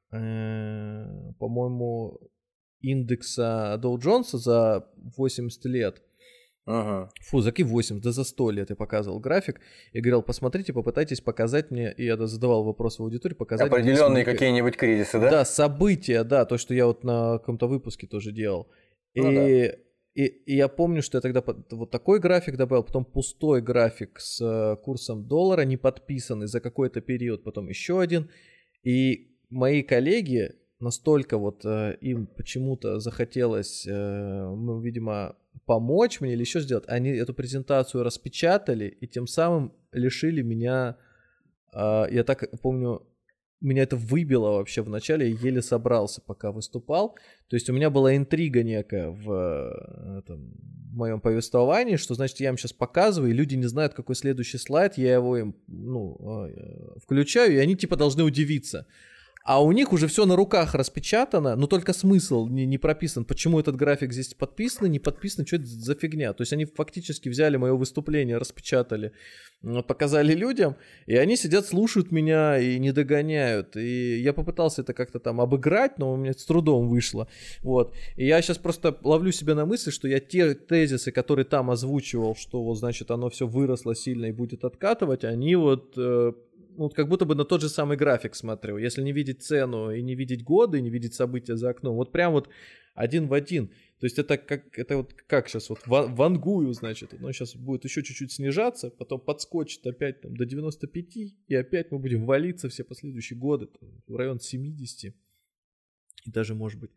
по-моему, индекса Dow Jones за 80 лет. Ага. Фу, за какие 80? Да за 100 лет я показывал график. И говорил, посмотрите, попытайтесь показать мне, и я задавал вопрос в аудитории, показать определенные какие-нибудь кризисы, да? Да, события, да, то, что я вот на каком-то выпуске тоже делал. И я помню, что я тогда вот такой график добавил, потом пустой график с курсом доллара, не подписанный за какой-то период, потом еще один. И мои коллеги, настолько вот им почему-то захотелось, видимо, помочь мне или еще сделать, они эту презентацию распечатали и тем самым лишили меня, я так помню, меня это выбило вообще в начале, я еле собрался, пока выступал. То есть у меня была интрига некая в моем повествовании, что, значит, я им сейчас показываю, и люди не знают, какой следующий слайд, я его им включаю, и они типа должны удивиться. А у них уже все на руках распечатано, но только смысл не прописан. Почему этот график здесь подписан, не подписан, что это за фигня? То есть они фактически взяли мое выступление, распечатали, показали людям, и они сидят, слушают меня и не догоняют. И я попытался это как-то там обыграть, но у меня с трудом вышло. Вот. И я сейчас просто ловлю себя на мысли, что я те тезисы, которые там озвучивал, что вот, значит, оно все выросло сильно и будет откатывать, они вот... как будто бы на тот же самый график смотрю. Если не видеть цену и не видеть годы, и не видеть события за окном, вот прям вот один в один. То есть это как сейчас вот вангую, значит, оно сейчас будет еще чуть-чуть снижаться, потом подскочит опять там до 95, и опять мы будем валиться все последующие годы там, в район 70 и даже, может быть,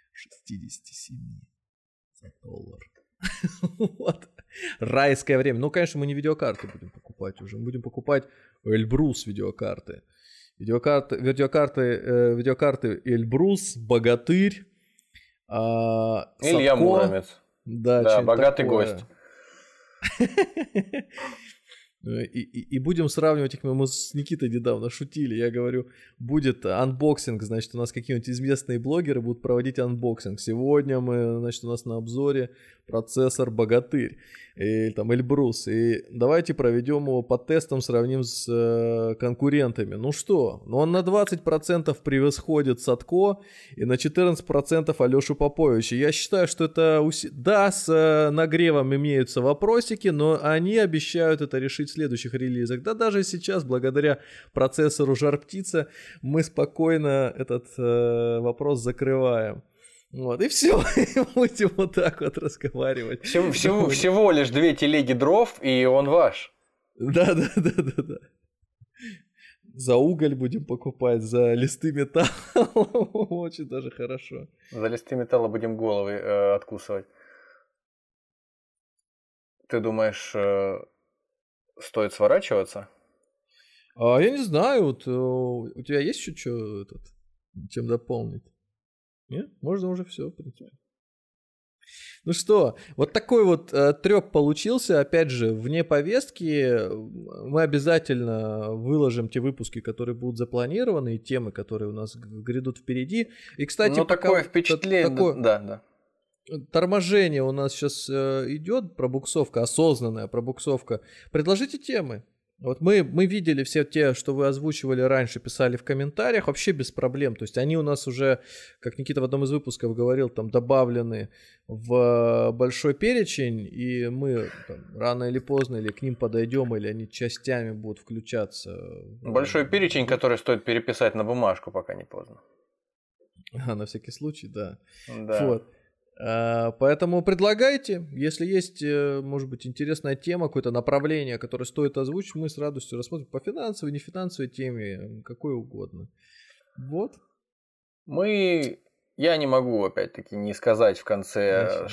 67 за доллар. Вот. Райское время. Ну, конечно, мы не видеокарты будем покупать уже. Мы будем покупать Эльбрус видеокарты. Видеокарты Эльбрус, Богатырь. Илья Муромец. Да, богатый такое. гость. И будем сравнивать их, мы с Никитой недавно шутили, я говорю, будет анбоксинг, значит, у нас какие-нибудь известные блогеры будут проводить анбоксинг. Сегодня значит, у нас на обзоре процессор Богатырь, или там Эльбрус, и давайте проведем его по тестам, сравним с конкурентами. Ну что, он на 20% превосходит Садко и на 14% Алешу Поповича. Я считаю, что это, да, с нагревом имеются вопросики, но они обещают это решить в следующих релизах. Да даже сейчас, благодаря процессору Жар-Птица, мы спокойно этот вопрос закрываем. Вот, и все, будем вот так вот разговаривать. Всего лишь 2 телеги дров, и он ваш. Да. За уголь будем покупать, за листы металла. Очень даже хорошо. За листы металла будем головы откусывать. Ты думаешь, стоит сворачиваться? Я не знаю, вот у тебя есть еще чем дополнить? Нет? Можно уже все, в принципе. Ну что, вот такой вот трёп получился. Опять же, вне повестки мы обязательно выложим те выпуски, которые будут запланированы, и темы, которые у нас грядут впереди. И, кстати, такое впечатление, да. Торможение у нас сейчас идет, пробуксовка, осознанная пробуксовка. Предложите темы. Вот мы видели все те, что вы озвучивали раньше, писали в комментариях, вообще без проблем. То есть они у нас уже, как Никита в одном из выпусков говорил, там добавлены в большой перечень, и мы там, рано или поздно или к ним подойдем, или они частями будут включаться. Большой перечень, который стоит переписать на бумажку, пока не поздно. На всякий случай, да. Вот. Поэтому предлагайте, если есть, может быть, интересная тема, какое-то направление, которое стоит озвучить, мы с радостью рассмотрим по финансовой, нефинансовой теме, какой угодно. Вот. Я не могу, опять-таки, не сказать в конце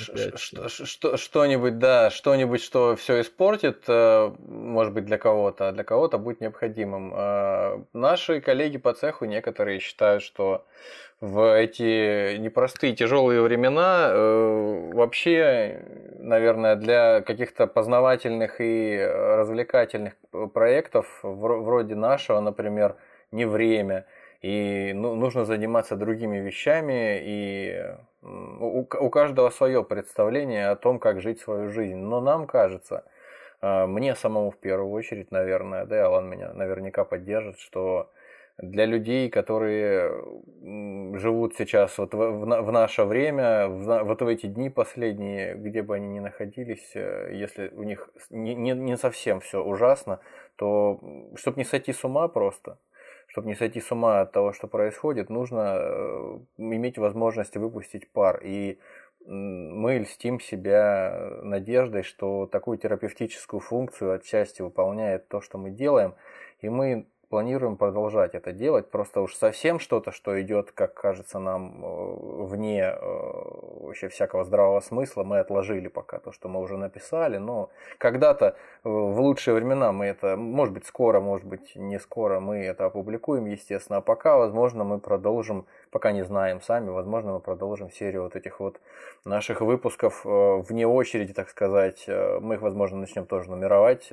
что-нибудь, что все испортит, может быть, для кого-то, а для кого-то будет необходимым. Наши коллеги по цеху некоторые считают, что в эти непростые, тяжелые времена вообще, наверное, для каких-то познавательных и развлекательных проектов, вроде нашего, например, не время. И нужно заниматься другими вещами, и у каждого свое представление о том, как жить свою жизнь. Но нам кажется, мне самому в первую очередь, наверное, да и Алан меня наверняка поддержит, что для людей, которые живут сейчас вот в наше время, вот в эти дни последние, где бы они ни находились, если у них не совсем все ужасно, то чтобы не сойти с ума просто, чтобы не сойти с ума от того, что происходит, нужно иметь возможность выпустить пар. И мы льстим себя надеждой, что такую терапевтическую функцию отчасти выполняет то, что мы делаем. И мы планируем продолжать это делать. Просто уж совсем что-то, что идет, как кажется нам, вне вообще всякого здравого смысла, мы отложили пока то, что мы уже написали. Но когда-то в лучшие времена мы это, может быть, скоро, может быть, не скоро, мы это опубликуем, естественно. А пока, возможно, мы продолжим, пока не знаем сами, возможно, мы продолжим серию вот этих вот наших выпусков вне очереди, так сказать. Мы их, возможно, начнем тоже нумеровать,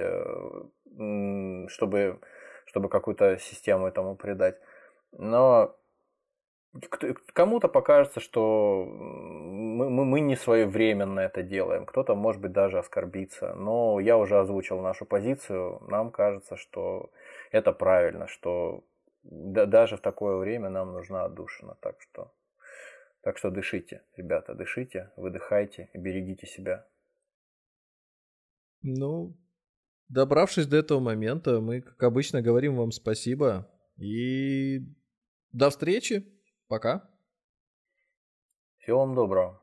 чтобы какую-то систему этому придать. Но кому-то покажется, что мы не своевременно это делаем. Кто-то, может быть, даже оскорбится. Но я уже озвучил нашу позицию. Нам кажется, что это правильно, что даже в такое время нам нужна отдушина. Так что дышите, ребята, дышите, выдыхайте и берегите себя. Добравшись до этого момента, мы, как обычно, говорим вам спасибо и до встречи. Пока. Всего вам доброго.